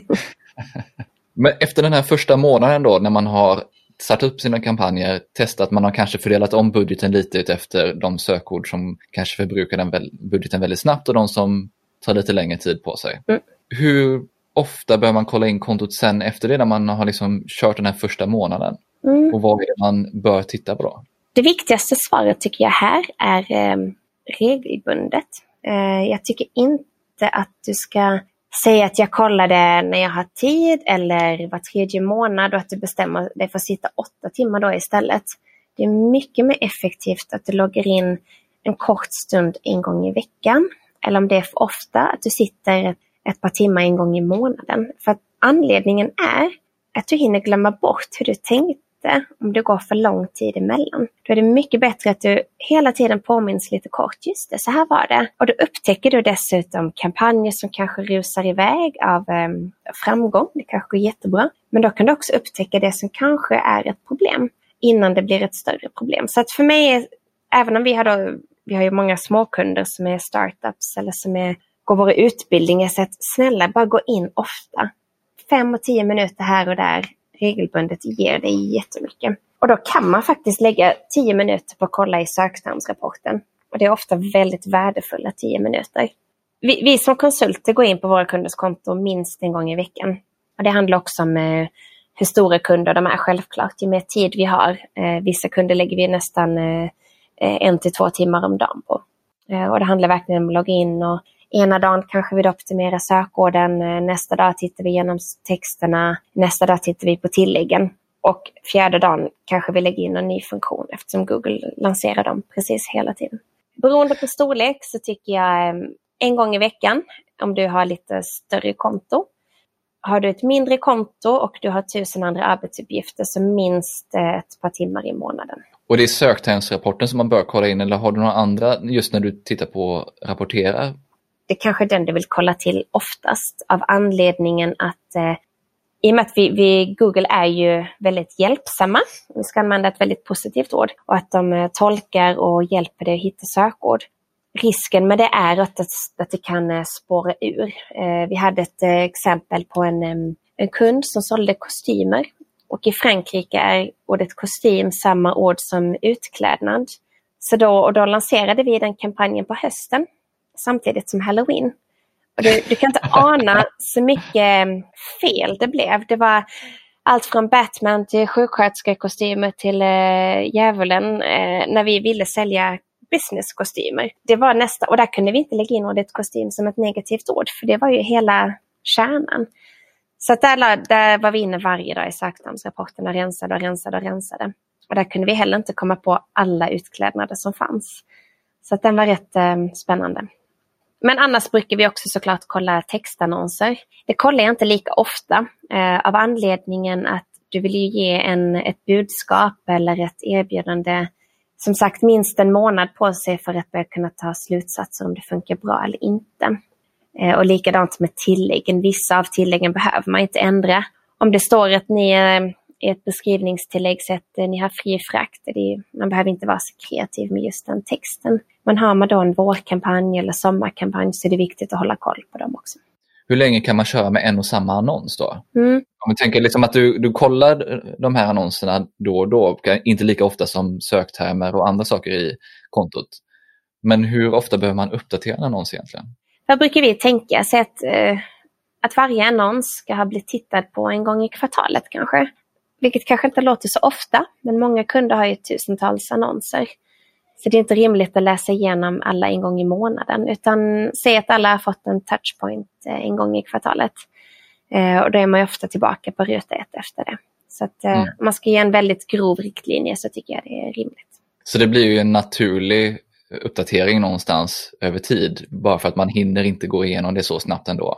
Men efter den här första månaden då, när man har satt upp sina kampanjer, testat, man har kanske fördelat om budgeten lite ut efter de sökord som kanske förbrukar den väl, budgeten väldigt snabbt och de som tar lite längre tid på sig. Mm. Hur ofta bör man kolla in kontot sen efter det, när man har liksom kört den här första månaden? Mm. Och vad är det man bör titta på då? Det viktigaste svaret tycker jag här är eh, regelbundet. Eh, jag tycker inte att du ska säga att jag kollar det när jag har tid eller var tredje månad och att du bestämmer dig för att sitta åtta timmar då istället. Det är mycket mer effektivt att du loggar in en kort stund en gång i veckan. Eller om det är för ofta, att du sitter ett, ett par timmar en gång i månaden. För att anledningen är att du hinner glömma bort hur du tänkte om det går för lång tid emellan. Då är det mycket bättre att du hela tiden påminns lite kort. Just det, så här var det. Och då upptäcker du dessutom kampanjer som kanske rusar iväg av eh, framgång. Det kanske går jättebra. Men då kan du också upptäcka det som kanske är ett problem innan det blir ett större problem. Så att för mig, även om vi har då, vi har ju många småkunder som är startups eller som är, går våra utbildningar, så att snälla bara gå in ofta. Fem och tio minuter här och där regelbundet ger dig jättemycket. Och då kan man faktiskt lägga tio minuter på att kolla i söktermsrapporten. Och det är ofta väldigt värdefulla tio minuter. Vi, vi som konsulter går in på våra kunders konto minst en gång i veckan. Och det handlar också om eh, hur stora kunder de är, självklart. Ju mer tid vi har. Eh, vissa kunder lägger vi nästan eh, en till två timmar om dagen på. Eh, och det handlar verkligen om att logga in, och ena dagen kanske vi optimerar sökorden, nästa dag tittar vi igenom texterna, nästa dag tittar vi på tilläggen och fjärde dagen kanske vi lägger in en ny funktion eftersom Google lanserar dem precis hela tiden. Beroende på storlek så tycker jag en gång i veckan om du har lite större konto. Har du ett mindre konto och du har tusen andra arbetsuppgifter så minst ett par timmar i månaden. Och det är söktermsrapporten som man bör kolla in, eller har du några andra just när du tittar på rapportera? Det är kanske den du vill kolla till oftast av anledningen att eh, i och med att vi, vi, Google är ju väldigt hjälpsamma, vi ska använda ett väldigt positivt ord, och att de eh, tolkar och hjälper dig att hitta sökord. Risken med det är att, att, att det kan eh, spåra ur. Eh, vi hade ett eh, exempel på en, eh, en kund som sålde kostymer, och i Frankrike är ordet kostym samma ord som utklädnad. Så då, och då lanserade vi den kampanjen på hösten samtidigt som Halloween. Och du, du kan inte ana så mycket fel det blev. Det var allt från Batman till sjuksköterskekostymer till eh, djävulen eh, när vi ville sälja businesskostymer. Det var nästa, och där kunde vi inte lägga in ordet kostym som ett negativt ord, för det var ju hela kärnan. Så att där, där var vi inne varje dag i söktermsrapporten och rensade och rensade och rensade. Och där kunde vi heller inte komma på alla utklädnader som fanns. Så att den var rätt eh, spännande. Men annars brukar vi också såklart kolla textannonser. Det kollar jag inte lika ofta eh, av anledningen att du vill ju ge en, ett budskap eller ett erbjudande, som sagt, minst en månad på sig för att börja kunna ta slutsatser om det funkar bra eller inte. Eh, och likadant med tilläggen. Vissa av tilläggen behöver man inte ändra. Om det står att ni eh, i ett beskrivningstillägg så att ni har fri frakt. Det är, man behöver inte vara så kreativ med just den texten. Men har man då en vårkampanj eller sommarkampanj så är det viktigt att hålla koll på dem också. Hur länge kan man köra med en och samma annons då? Mm. Om vi tänker liksom att du, du kollar de här annonserna då och då, inte lika ofta som söktermer och andra saker i kontot. Men hur ofta behöver man uppdatera en annons egentligen? Här brukar vi tänka så att, eh, att varje annons ska ha blivit tittad på en gång i kvartalet kanske. Vilket kanske inte låter så ofta, men många kunder har ju tusentals annonser. Så det är inte rimligt att läsa igenom alla en gång i månaden, utan se att alla har fått en touchpoint en gång i kvartalet. Eh, och då är man ju ofta tillbaka på ruta ett efter det. Så att eh, mm. man ska ge en väldigt grov riktlinje, så tycker jag det är rimligt. Så det blir ju en naturlig uppdatering någonstans över tid, bara för att man hinner inte gå igenom det så snabbt ändå.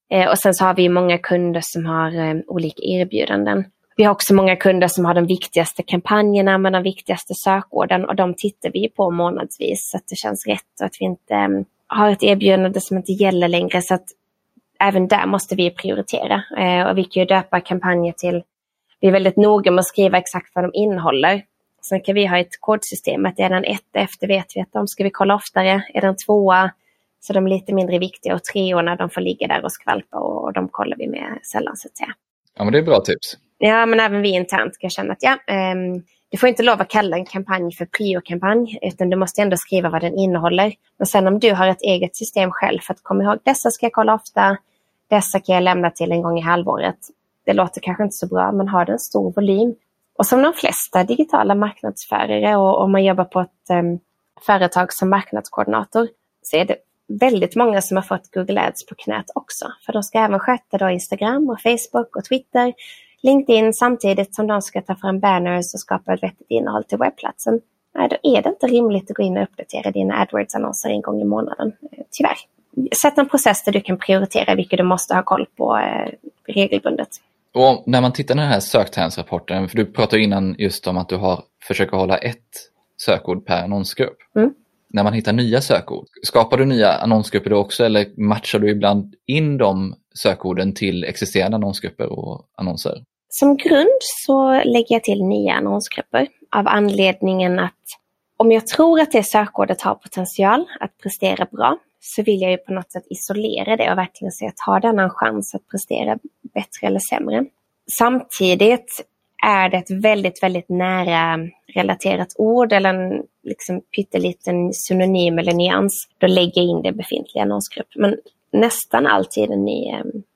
Eh, och sen så har vi många kunder som har eh, olika erbjudanden. Vi har också många kunder som har de viktigaste kampanjerna med de viktigaste sökorden och de tittar vi på månadsvis så att det känns rätt och att vi inte eh, har ett erbjudande som inte gäller längre, så att även där måste vi prioritera. Eh, och vi kan ju döpa kampanjer till, vi är väldigt noga med att skriva exakt vad de innehåller. Sen kan vi ha ett kodsystem, att är den ett efter vet vi att de ska vi kolla oftare, är den tvåa så de är lite mindre viktiga och treorna de får ligga där och skvalpa och de kollar vi med sällan så att säga. Ja, men det är bra tips. Ja, men även vi internt kan känna att ja, um, du får inte lov att kalla en kampanj för prio-kampanj, utan du måste ändå skriva vad den innehåller. Men sen om du har ett eget system själv för att komma ihåg, dessa ska jag kolla ofta, dessa kan jag lämna till en gång i halvåret. Det låter kanske inte så bra, men har det en stor volym. Och som de flesta digitala marknadsförare och om man jobbar på ett um, företag som marknadskoordinator så är det väldigt många som har fått Google Ads på knät också. För de ska även sköta då Instagram och Facebook och Twitter, LinkedIn samtidigt som de ska ta fram banners och skapa ett vettigt innehåll till webbplatsen. Nej, då är det inte rimligt att gå in och uppdatera dina AdWords-annonser en gång i månaden, tyvärr. Sätt en process där du kan prioritera vilka du måste ha koll på eh, regelbundet. Och när man tittar på den här söktränsrapporten, för du pratade innan just om att du har försöker hålla ett sökord per annonsgrupp. Mm. När man hittar nya sökord, skapar du nya annonsgrupper då också eller matchar du ibland in de sökorden till existerande annonsgrupper och annonser? Som grund så lägger jag till nya annonsgrupper av anledningen att om jag tror att det sökordet har potential att prestera bra så vill jag ju på något sätt isolera det och verkligen se att har den en chans att prestera bättre eller sämre. Samtidigt är det ett väldigt, väldigt nära relaterat ord eller en liksom pytteliten synonym eller nyans, då lägger jag in det i befintliga annonsgrupp. Men nästan alltid en, ny,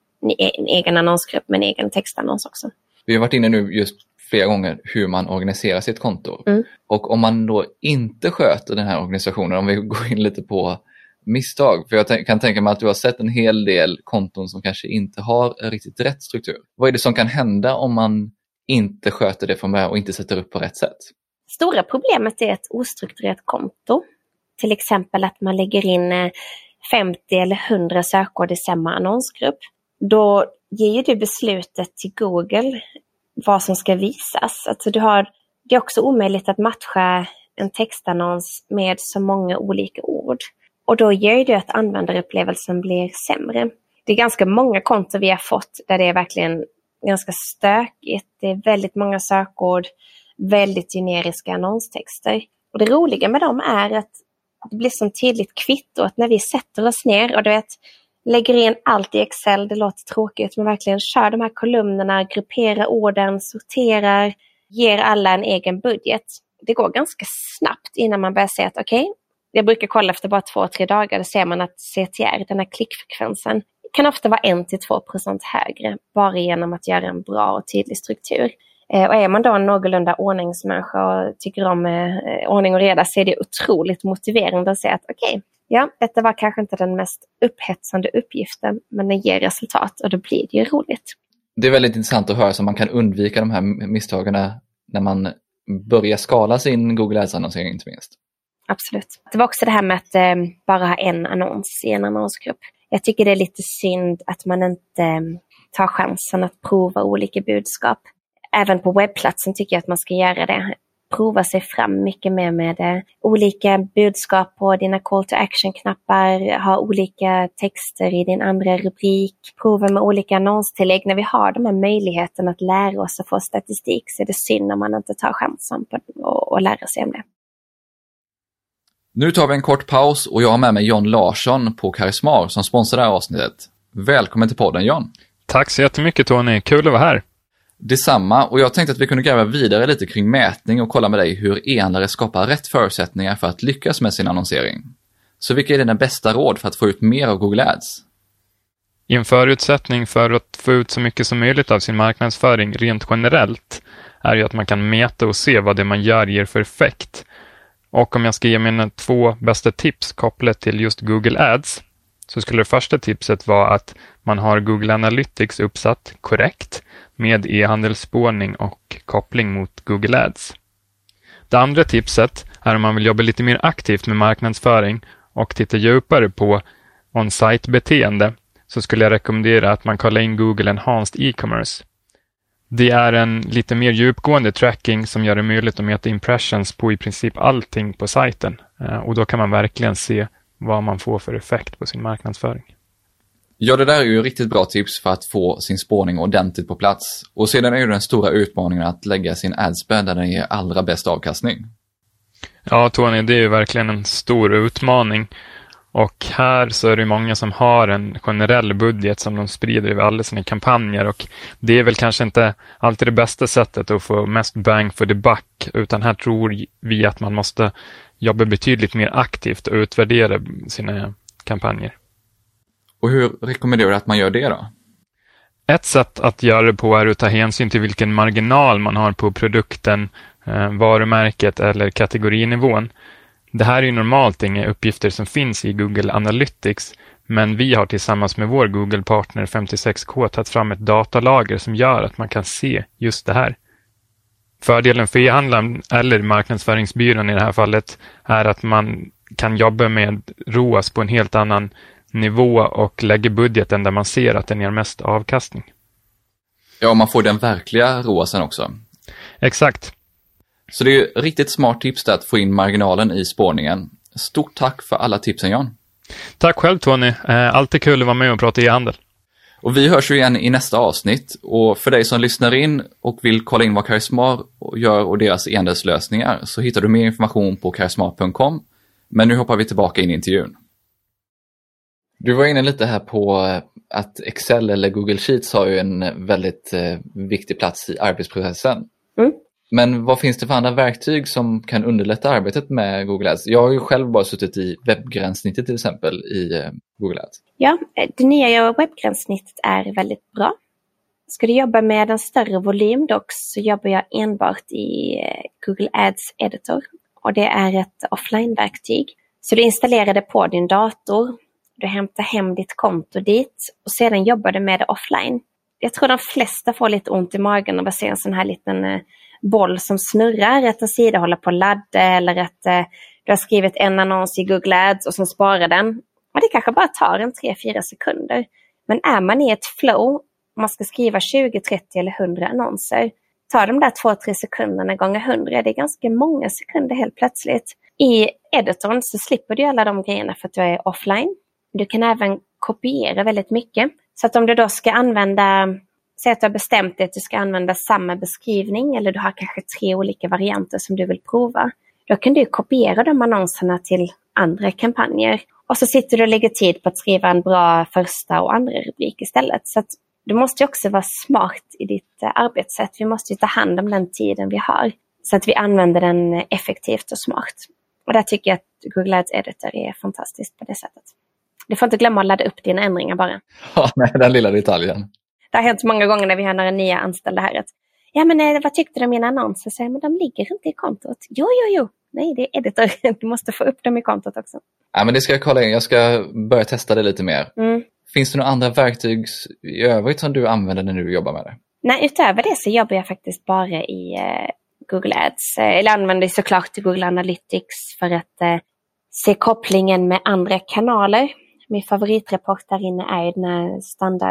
en egen annonsgrupp med en egen textannons också. Vi har varit inne nu just flera gånger hur man organiserar sitt konto. Mm. Och om man då inte sköter den här organisationen, om vi går in lite på misstag, för jag t- kan tänka mig att du har sett en hel del konton som kanske inte har riktigt rätt struktur. Vad är det som kan hända om man inte sköter det från början och inte sätter upp på rätt sätt? Stora problemet är ett ostrukturerat konto. Till exempel att man lägger in femtio eller hundra sökord i samma annonsgrupp. Då ger ju du beslutet till Google vad som ska visas. Alltså du har, det är också omöjligt att matcha en textannons med så många olika ord. Och då gör det att användarupplevelsen blir sämre. Det är ganska många konton vi har fått där det är verkligen ganska stökigt. Det är väldigt många sökord, väldigt generiska annonstexter. Och det roliga med dem är att det blir så tydligt kvitto att när vi sätter oss ner och du vet, lägger in allt i Excel, det låter tråkigt, men verkligen kör de här kolumnerna, grupperar orden, sorterar, ger alla en egen budget. Det går ganska snabbt innan man börjar säga att okej, okay, jag brukar kolla efter bara två, tre dagar, då ser man att C T R, den här klickfrekvensen, kan ofta vara en till två procent högre bara genom att göra en bra och tydlig struktur. Eh, och är man då en någorlunda ordningsmänniska och tycker om eh, ordning och reda så är det otroligt motiverande att säga att okej, okay, ja, detta var kanske inte den mest upphetsande uppgiften, men den ger resultat och då blir det ju roligt. Det är väldigt intressant att höra så man kan undvika de här misstagen när man börjar skala sin Google Ads-annonsering inte minst. Absolut. Det var också det här med att eh, bara ha en annons i en annonsgrupp. Jag tycker det är lite synd att man inte eh, tar chansen att prova olika budskap. Även på webbplatsen tycker jag att man ska göra det. Prova sig fram mycket mer med eh, olika budskap på dina call to action-knappar. Ha olika texter i din andra rubrik. Prova med olika annonstillägg. När vi har de här möjligheten att lära oss att få statistik så är det synd om man inte tar chansen på och, och lära sig om det. Nu tar vi en kort paus och jag har med mig John Larsson på Karismar som sponsrar det här avsnittet. Välkommen till podden, John. Tack så jättemycket, Tony. Kul att vara här. Detsamma, och jag tänkte att vi kunde gräva vidare lite kring mätning och kolla med dig hur e-handlare skapar rätt förutsättningar för att lyckas med sin annonsering. Så vilka är dina bästa råd för att få ut mer av Google Ads? En förutsättning för att få ut så mycket som möjligt av sin marknadsföring rent generellt är ju att man kan mäta och se vad det man gör ger för effekt. Och om jag ska ge mina två bästa tips kopplat till just Google Ads så skulle det första tipset vara att man har Google Analytics uppsatt korrekt med e-handelsspårning och koppling mot Google Ads. Det andra tipset är om man vill jobba lite mer aktivt med marknadsföring och titta djupare på on-site-beteende så skulle jag rekommendera att man kollar in Google Enhanced E-commerce. Det är en lite mer djupgående tracking som gör det möjligt att mäta impressions på i princip allting på sajten. Och då kan man verkligen se vad man får för effekt på sin marknadsföring. Ja, det där är ju riktigt bra tips för att få sin spårning ordentligt på plats. Och sedan är ju den stora utmaningen att lägga sin adspend där den ger allra bäst avkastning. Ja, Tony, det är ju verkligen en stor utmaning. Och här så är det många som har en generell budget som de sprider över alla sina kampanjer. Och det är väl kanske inte alltid det bästa sättet att få mest bang for the buck. Utan här tror vi att man måste jobba betydligt mer aktivt och utvärdera sina kampanjer. Och hur rekommenderar du att man gör det då? Ett sätt att göra det på är att ta hänsyn till vilken marginal man har på produkten, eh, varumärket eller kategorinivån. Det här är ju normalt inga uppgifter som finns i Google Analytics, men vi har tillsammans med vår Google-partner femtiosex K tagit fram ett datalager som gör att man kan se just det här. Fördelen för e-handlaren eller marknadsföringsbyrån i det här fallet är att man kan jobba med R O A S på en helt annan nivå och lägga budgeten där man ser att den ger mest avkastning. Ja, man får den verkliga R O A Sen också. Exakt. Så det är ju riktigt smart tips där att få in marginalen i spårningen. Stort tack för alla tipsen, Jan. Tack själv, Tony. Alltid kul att vara med och prata e-handel. Och vi hörs ju igen i nästa avsnitt. Och för dig som lyssnar in och vill kolla in vad Karismar gör och deras e-handelslösningar så hittar du mer information på karismar punkt com. Men nu hoppar vi tillbaka in i intervjun. Du var inne lite här på att Excel eller Google Sheets har ju en väldigt eh, viktig plats i arbetsprocessen. Mm. Men vad finns det för andra verktyg som kan underlätta arbetet med Google Ads? Jag har ju själv bara suttit i webbgränssnittet till exempel i eh, Google Ads. Ja, det nya webbgränssnittet är väldigt bra. Ska du jobba med en större volym dock så jobbar jag enbart i Google Ads Editor. Och det är ett offline-verktyg. Så du installerar det på din dator. Du hämtar hem ditt konto dit och sedan jobbar du med det offline. Jag tror de flesta får lite ont i magen av att se en sån här liten eh, boll som snurrar. Att en sida håller på att ladda eller att eh, du har skrivit en annons i Google Ads och som sparar den. Och det kanske bara tar en tre fyra sekunder. Men är man i ett flow och man ska skriva tjugo, trettio eller hundra annonser. Tar de där två tre sekunderna gånger hundra. Det är ganska många sekunder helt plötsligt. I editorn så slipper du alla de grejerna för att du är offline. Du kan även kopiera väldigt mycket. Så att om du då ska använda, säg att du har bestämt dig att du ska använda samma beskrivning eller du har kanske tre olika varianter som du vill prova. Då kan du kopiera de annonserna till andra kampanjer. Och så sitter du och lägger tid på att skriva en bra första och andra rubrik istället. Så att du måste också vara smart i ditt arbetssätt. Vi måste ju ta hand om den tiden vi har. Så att vi använder den effektivt och smart. Och där tycker jag att Google Ads Editor är fantastiskt på det sättet. Du får inte glömma att ladda upp dina ändringar bara. Ja, nej, den lilla detaljen. Det har hänt många gånger när vi har några nya anställda här. Att, ja, men eh, vad tyckte du om mina annonser? Så, men de ligger inte i kontot. Jo, jo, jo. Nej, det är editor. Du måste få upp dem i kontot också. Ja, men det ska jag kolla in. Jag ska börja testa det lite mer. Mm. Finns det några andra verktyg i övrigt som du använder när du jobbar med det? Nej, utöver det så jobbar jag faktiskt bara i eh, Google Ads. Eller använder såklart Google Analytics för att eh, se kopplingen med andra kanaler. Min favoritrapport där inne är ju den här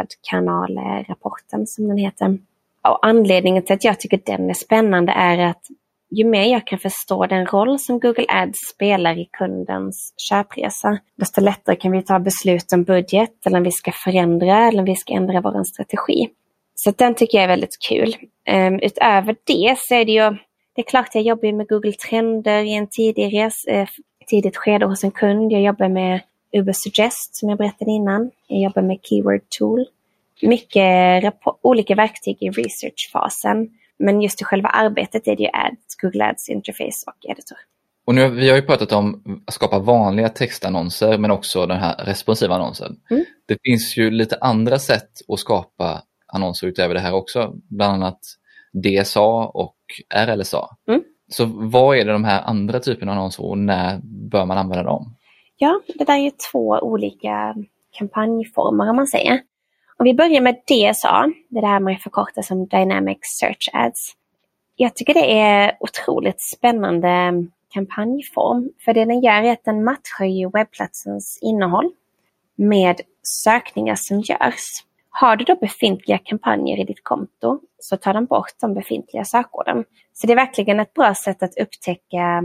standardkanalrapporten som den heter. Och anledningen till att jag tycker den är spännande är att ju mer jag kan förstå den roll som Google Ads spelar i kundens köpresa, desto lättare kan vi ta beslut om budget eller om vi ska förändra eller om vi ska ändra vår strategi. Så den tycker jag är väldigt kul. Um, utöver det så är det ju, det är klart jag jobbar med Google Trender i en tidig res, eh, tidigt skede hos en kund. Jag jobbar med Uber Suggest som jag berättade innan. Jag jobbar med Keyword Tool. Mycket rapport, olika verktyg i researchfasen. Men just i själva arbetet är det ju Ads, Google Ads Interface och Editor. Och nu, vi har ju pratat om att skapa vanliga textannonser men också den här responsiva annonsen. Mm. Det finns ju lite andra sätt att skapa annonser utöver det här också. Bland annat D S A och R L S A. Mm. Så vad är det de här andra typerna av annonser och när bör man använda dem? Ja, det där är ju två olika kampanjformer om man säger. Om vi börjar med D S A, det där man förkortar som Dynamic Search Ads. Jag tycker det är otroligt spännande kampanjform. För det den gör är att den matchar ju webbplatsens innehåll med sökningar som görs. Har du då befintliga kampanjer i ditt konto så tar de bort de befintliga sökorden. Så det är verkligen ett bra sätt att upptäcka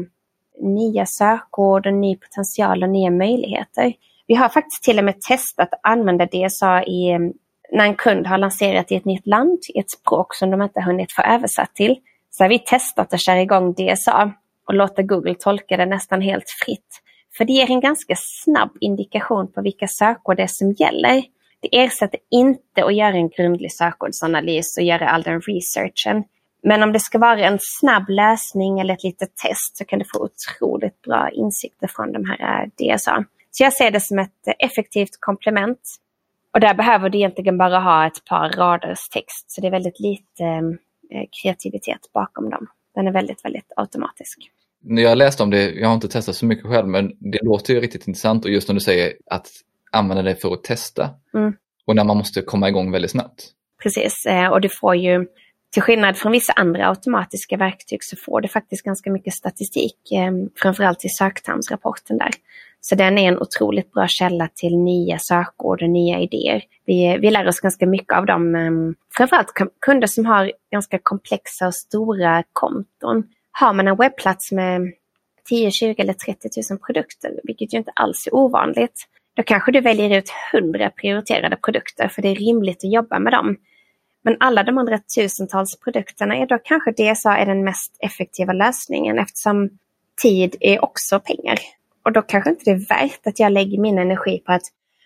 nya sökord och ny potential och nya möjligheter. Vi har faktiskt till och med testat att använda D S A i, när en kund har lanserat i ett nytt land, i ett språk som de inte har hunnit få översatt till. Så har vi testat att köra igång D S A och låta Google tolka det nästan helt fritt. För det ger en ganska snabb indikation på vilka sökord det är som gäller. Det ersätter inte att göra en grundlig sökordsanalys och göra all den researchen. Men om det ska vara en snabb läsning eller ett litet test så kan du få otroligt bra insikter från de här D S A. Så jag ser det som ett effektivt komplement. Och där behöver du egentligen bara ha ett par raders text. Så det är väldigt lite eh, kreativitet bakom dem. Den är väldigt, väldigt automatisk. När jag läste om det, jag har inte testat så mycket själv, men det låter ju riktigt intressant. Och just när du säger att använda det för att testa. Mm. Och när man måste komma igång väldigt snabbt. Precis, eh, och du får ju, till skillnad från vissa andra automatiska verktyg, så får du faktiskt ganska mycket statistik. Eh, framförallt i söktermsrapporten där. Så den är en otroligt bra källa till nya sökord och nya idéer. Vi, vi lär oss ganska mycket av dem. Eh, framförallt kunder som har ganska komplexa och stora konton. Har man en webbplats med tio, tjugo eller trettio tusen produkter, vilket ju inte alls är ovanligt, då kanske du väljer ut hundra prioriterade produkter för det är rimligt att jobba med dem. Men alla de andra tusentals produkterna är då kanske D S A är den mest effektiva lösningen eftersom tid är också pengar. Och då kanske inte det är värt att jag lägger min energi på att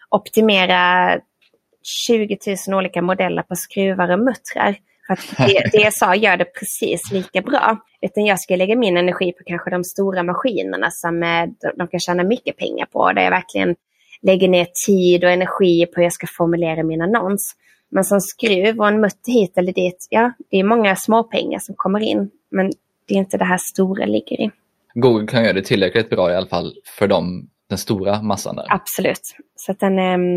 optimera tjugo tusen olika modeller på skruvar och muttrar. För att D S A gör det precis lika bra. Utan jag ska lägga min energi på kanske de stora maskinerna som de kan tjäna mycket pengar på. Där jag verkligen lägger ner tid och energi på hur jag ska formulera min annons. Men som skruv och en mutter hit eller dit, ja, det är många små pengar som kommer in. Men det är inte det här stora ligger i. Google kan göra det tillräckligt bra i alla fall för dem, den stora massan där. Absolut. Så att den,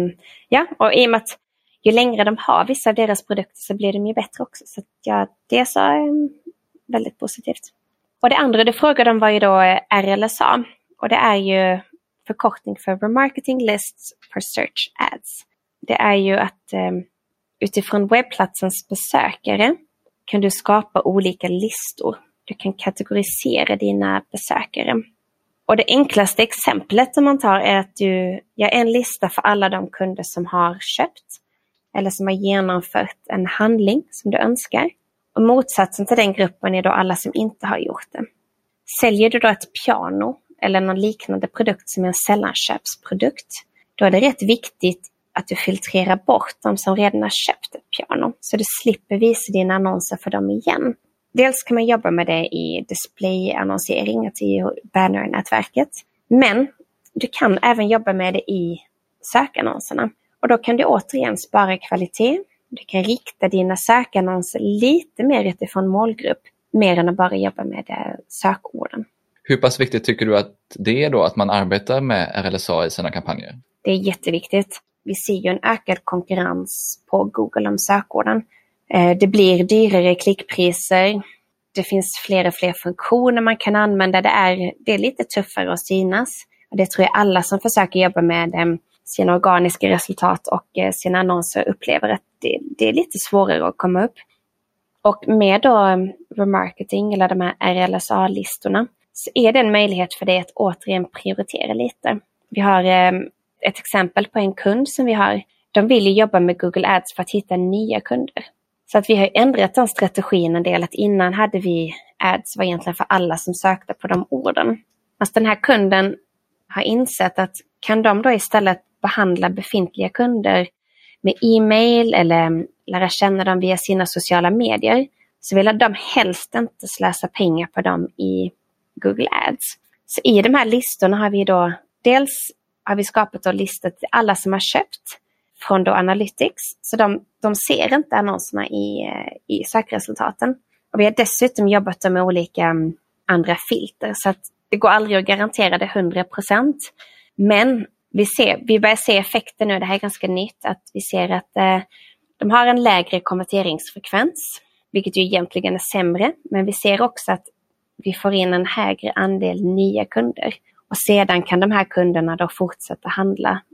ja, och i och med att ju längre de har vissa av deras produkter så blir de ju bättre också. Så att ja, det är så väldigt positivt. Och det andra du frågade om var ju då R L S A. Och det är ju förkortning för Remarketing Lists for Search Ads. Det är ju att eh, utifrån webbplatsens besökare kan du skapa olika listor. Du kan kategorisera dina besökare. Och det enklaste exemplet som man tar är att du gör en lista för alla de kunder som har köpt eller som har genomfört en handling som du önskar. Och motsatsen till den gruppen är då alla som inte har gjort det. Säljer du då ett piano eller någon liknande produkt som är en sällanköpsprodukt, då är det rätt viktigt att du filtrerar bort de som redan har köpt ett piano. Så du slipper visa dina annonser för dem igen. Dels kan man jobba med det i displayannonsering, alltså i banner-nätverket. Men du kan även jobba med det i sökannonserna. Och då kan du återigen spara kvalitet. Du kan rikta dina sökannonser lite mer utifrån målgrupp. Mer än att bara jobba med sökorden. Hur pass viktigt tycker du att det är då att man arbetar med R L S A i sina kampanjer? Det är jätteviktigt. Vi ser ju en ökad konkurrens på Google om sökorden. Det blir dyrare klickpriser. Det finns fler och fler funktioner man kan använda. Det är, det är lite tuffare att synas. Och det tror jag alla som försöker jobba med sina organiska resultat och sina annonser upplever att det, det är lite svårare att komma upp. Och med då remarketing eller de här R L S A-listorna så är det en möjlighet för dig att återigen prioritera lite. Vi har ett exempel på en kund som vi har. De vill ju jobba med Google Ads för att hitta nya kunder. Så att vi har ändrat den strategin en del. Att innan hade vi ads var egentligen för alla som sökte på de orden. Fast den här kunden har insett att kan de då istället behandla befintliga kunder med e-mail eller lära känna dem via sina sociala medier, så vill de helst inte slösa pengar på dem i Google Ads. Så i de här listorna har vi då dels har vi skapat då listor till alla som har köpt från då Analytics. Så de, de ser inte annonserna i, i sökresultaten. Och vi har dessutom jobbat med olika andra filter. Så att det går aldrig att garantera det hundra procent. Men vi, ser, vi börjar se effekter nu. Det här är ganska nytt. Att vi ser att eh, de har en lägre konverteringsfrekvens. Vilket ju egentligen är sämre. Men vi ser också att vi får in en högre andel nya kunder. Och sedan kan de här kunderna då fortsätta handla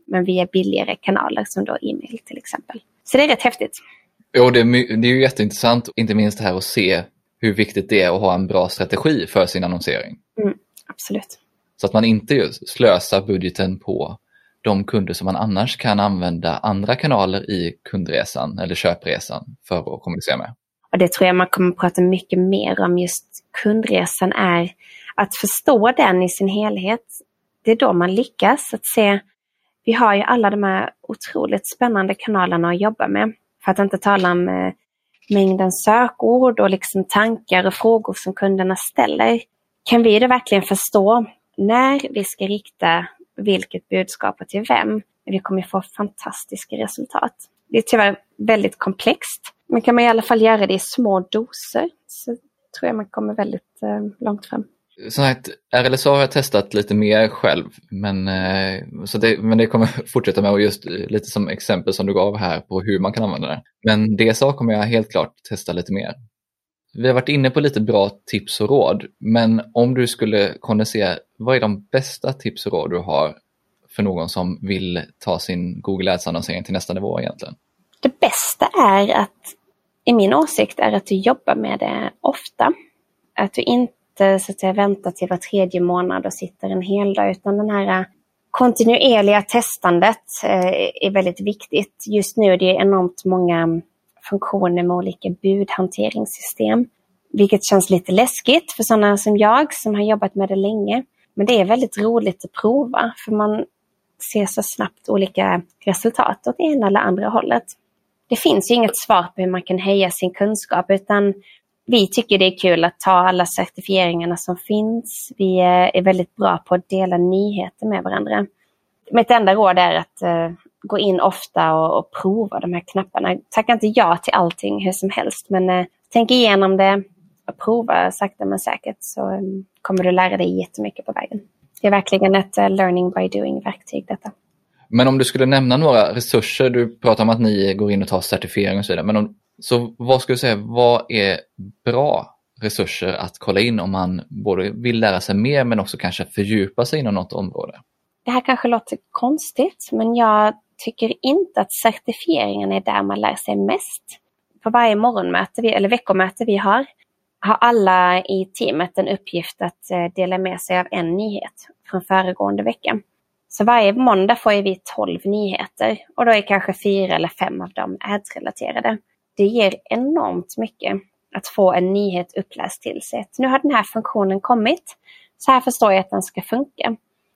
men via billigare kanaler som då e-mail till exempel. Så det är rätt häftigt. Jo, det är, det är ju jätteintressant, inte minst här att se hur viktigt det är att ha en bra strategi för sin annonsering. Mm, absolut. Så att man inte just slösar budgeten på de kunder som man annars kan använda andra kanaler i kundresan eller köpresan för att kommunicera med. Och det tror jag man kommer att prata mycket mer om. Just kundresan är att förstå den i sin helhet. Det är då man lyckas att se. Vi har ju alla de här otroligt spännande kanalerna att jobba med. För att inte tala om eh, mängden sökord och liksom tankar och frågor som kunderna ställer. Kan vi då verkligen förstå när vi ska rikta vilket budskap och till vem? Vi kommer få fantastiska resultat. Det är tyvärr väldigt komplext. Men kan man i alla fall göra det i små doser så tror jag man kommer väldigt eh, långt fram. Så här, R L S A har jag testat lite mer själv, men, eh, så det, men det kommer fortsätta med, och just lite som exempel som du gav här på hur man kan använda det. Men D S A kommer jag helt klart testa lite mer. Vi har varit inne på lite bra tips och råd, men om du skulle kondensera, vad är de bästa tips och råd du har för någon som vill ta sin Google Ads-annonsering till nästa nivå egentligen? Det bästa är att, i min åsikt, är att du jobbar med det ofta. Att du inte så att säga, väntar till var tredje månad och sitter en hel dag, utan den här kontinuerliga testandet är väldigt viktigt. Just nu är det enormt många funktioner med olika budhanteringssystem, vilket känns lite läskigt för sådana som jag som har jobbat med det länge. Men det är väldigt roligt att prova, för man ser så snabbt olika resultat åt ena eller andra hållet. Det finns ju inget svar på hur man kan höja sin kunskap, utan vi tycker det är kul att ta alla certifieringarna som finns. Vi är väldigt bra på att dela nyheter med varandra. Mitt enda råd är att uh, gå in ofta och, och prova de här knapparna. Tacka inte ja till allting hur som helst, men uh, tänk igenom det och prova sakta men säkert, så um, kommer du lära dig jättemycket på vägen. Det är verkligen ett uh, learning by doing-verktyg detta. Men om du skulle nämna några resurser, du pratar om att ni går in och tar certifiering och så vidare, men om, så vad skulle du säga, vad är bra resurser att kolla in om man både vill lära sig mer men också kanske fördjupa sig inom något område? Det här kanske låter konstigt, men jag tycker inte att certifieringen är där man lär sig mest. På varje morgonmöte vi, eller veckomöte vi har, har alla i teamet en uppgift att dela med sig av en nyhet från föregående vecka. Så varje måndag får vi tolv nyheter, och då är kanske fyra eller fem av dem ads-relaterade. Det ger enormt mycket att få en nyhet uppläst till sig. Nu har den här funktionen kommit, så här förstår jag att den ska funka.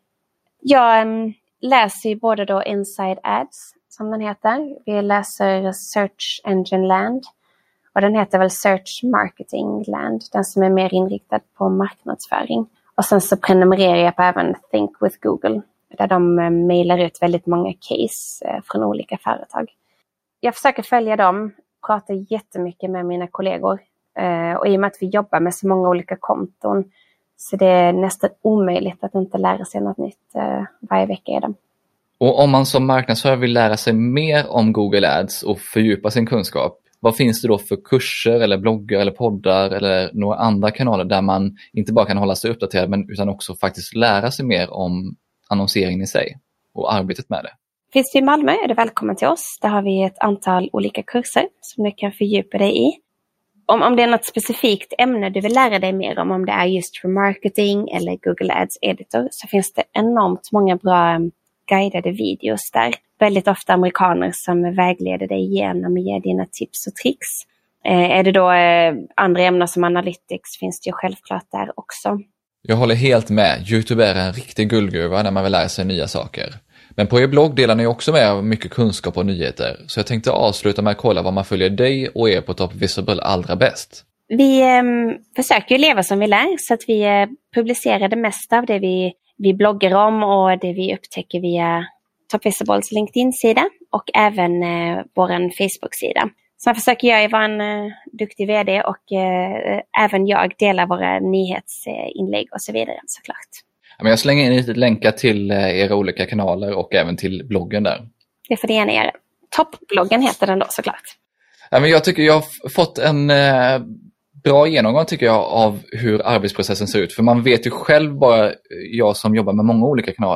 Jag um, läser ju både då Inside Ads, som den heter. Vi läser Search Engine Land, och den heter väl Search Marketing Land, den som är mer inriktad på marknadsföring. Och sen så prenumererar jag på även Think with Google, där de um, mejlar ut väldigt många case uh, från olika företag. Jag försöker följa dem, pratar jättemycket med mina kollegor, uh, och i och med att vi jobbar med så många olika konton, så det är nästan omöjligt att inte lära sig något nytt uh, varje vecka i dem. Och om man som marknadsförare vill lära sig mer om Google Ads och fördjupa sin kunskap, vad finns det då för kurser eller bloggar eller poddar eller några andra kanaler där man inte bara kan hålla sig uppdaterad, men utan också faktiskt lära sig mer om annonseringen i sig och arbetet med det? Finns du i Malmö är du välkommen till oss. Där har vi ett antal olika kurser som du kan fördjupa dig i. Om, om det är något specifikt ämne du vill lära dig mer om, om det är just remarketing eller Google Ads Editor, så finns det enormt många bra guidade videos där. Väldigt ofta amerikaner som vägleder dig igenom och ger dina tips och tricks. Eh, är det då eh, andra ämnen som Analytics, finns det ju självklart där också. Jag håller helt med. YouTube är en riktig guldgruva när man vill lära sig nya saker. Men på er blogg delar ni också med mycket kunskap och nyheter. Så jag tänkte avsluta med att kolla vad man följer dig och er på Top Visible allra bäst. Vi eh, försöker ju leva som vi lär, så att vi eh, publicerar det mesta av det vi, vi bloggar om och det vi upptäcker via Top Visibles LinkedIn-sida och även eh, vår Facebook-sida. Så jag försöker jag vara en eh, duktig vd, och eh, även jag delar våra nyhetsinlägg och så vidare såklart. Men jag slänger in lite länkar till era olika kanaler och även till bloggen där. Det får det gärna göra. Toppbloggen heter den då såklart. Ja, men jag tycker jag har fått en eh, bra genomgång tycker jag av hur arbetsprocessen ser ut. För man vet ju själv, bara jag som jobbar med många olika kanaler,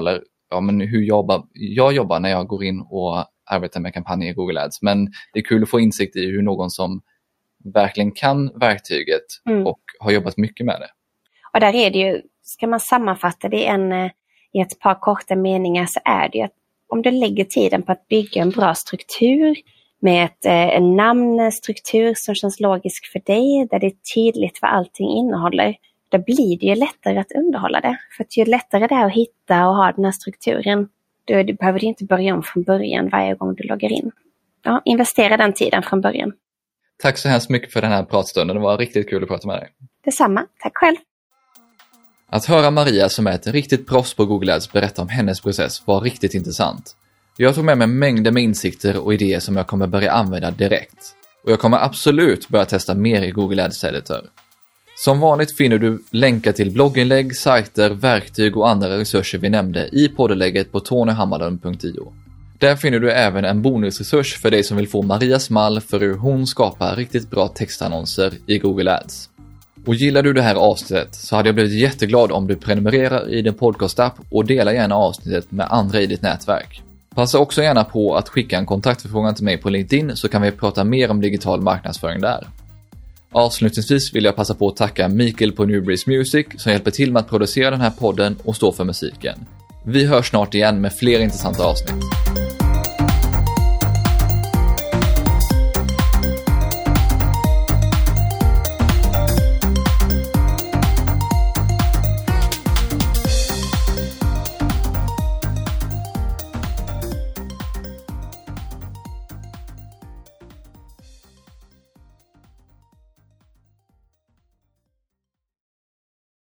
ja, men hur jobbar, jag jobbar när jag går in och arbetar med kampanjer i Google Ads. Men det är kul att få insikt i hur någon som verkligen kan verktyget mm. och har jobbat mycket med det. Och där är det ju, ska man sammanfatta det en, i ett par korta meningar, så är det ju att om du lägger tiden på att bygga en bra struktur med ett, en namnstruktur som känns logisk för dig, där det är tydligt vad allting innehåller, då blir det ju lättare att underhålla det. För att ju lättare det är att hitta och ha den här strukturen, då du behöver du inte börja om från början varje gång du loggar in. Ja, investera den tiden från början. Tack så hemskt mycket för den här pratstunden. Det var riktigt kul att prata med dig. Detsamma. Tack själv. Att höra Maria, som är ett riktigt proffs på Google Ads, berätta om hennes process var riktigt intressant. Jag tog med mig mängder med insikter och idéer som jag kommer börja använda direkt. Och jag kommer absolut börja testa mer i Google Ads Editor. Som vanligt finner du länkar till blogginlägg, sajter, verktyg och andra resurser vi nämnde i poddlägget på tony hammarlund punkt i o. Där finner du även en bonusresurs för dig som vill få Marias mall för hur hon skapar riktigt bra textannonser i Google Ads. Och gillar du det här avsnittet så hade jag blivit jätteglad om du prenumererar i din podcast-app och delar gärna avsnittet med andra i ditt nätverk. Passa också gärna på att skicka en kontaktförfrågan till mig på LinkedIn, så kan vi prata mer om digital marknadsföring där. Avslutningsvis vill jag passa på att tacka Mikael på Newbreeze Music som hjälper till med att producera den här podden och stå för musiken. Vi hörs snart igen med fler intressanta avsnitt.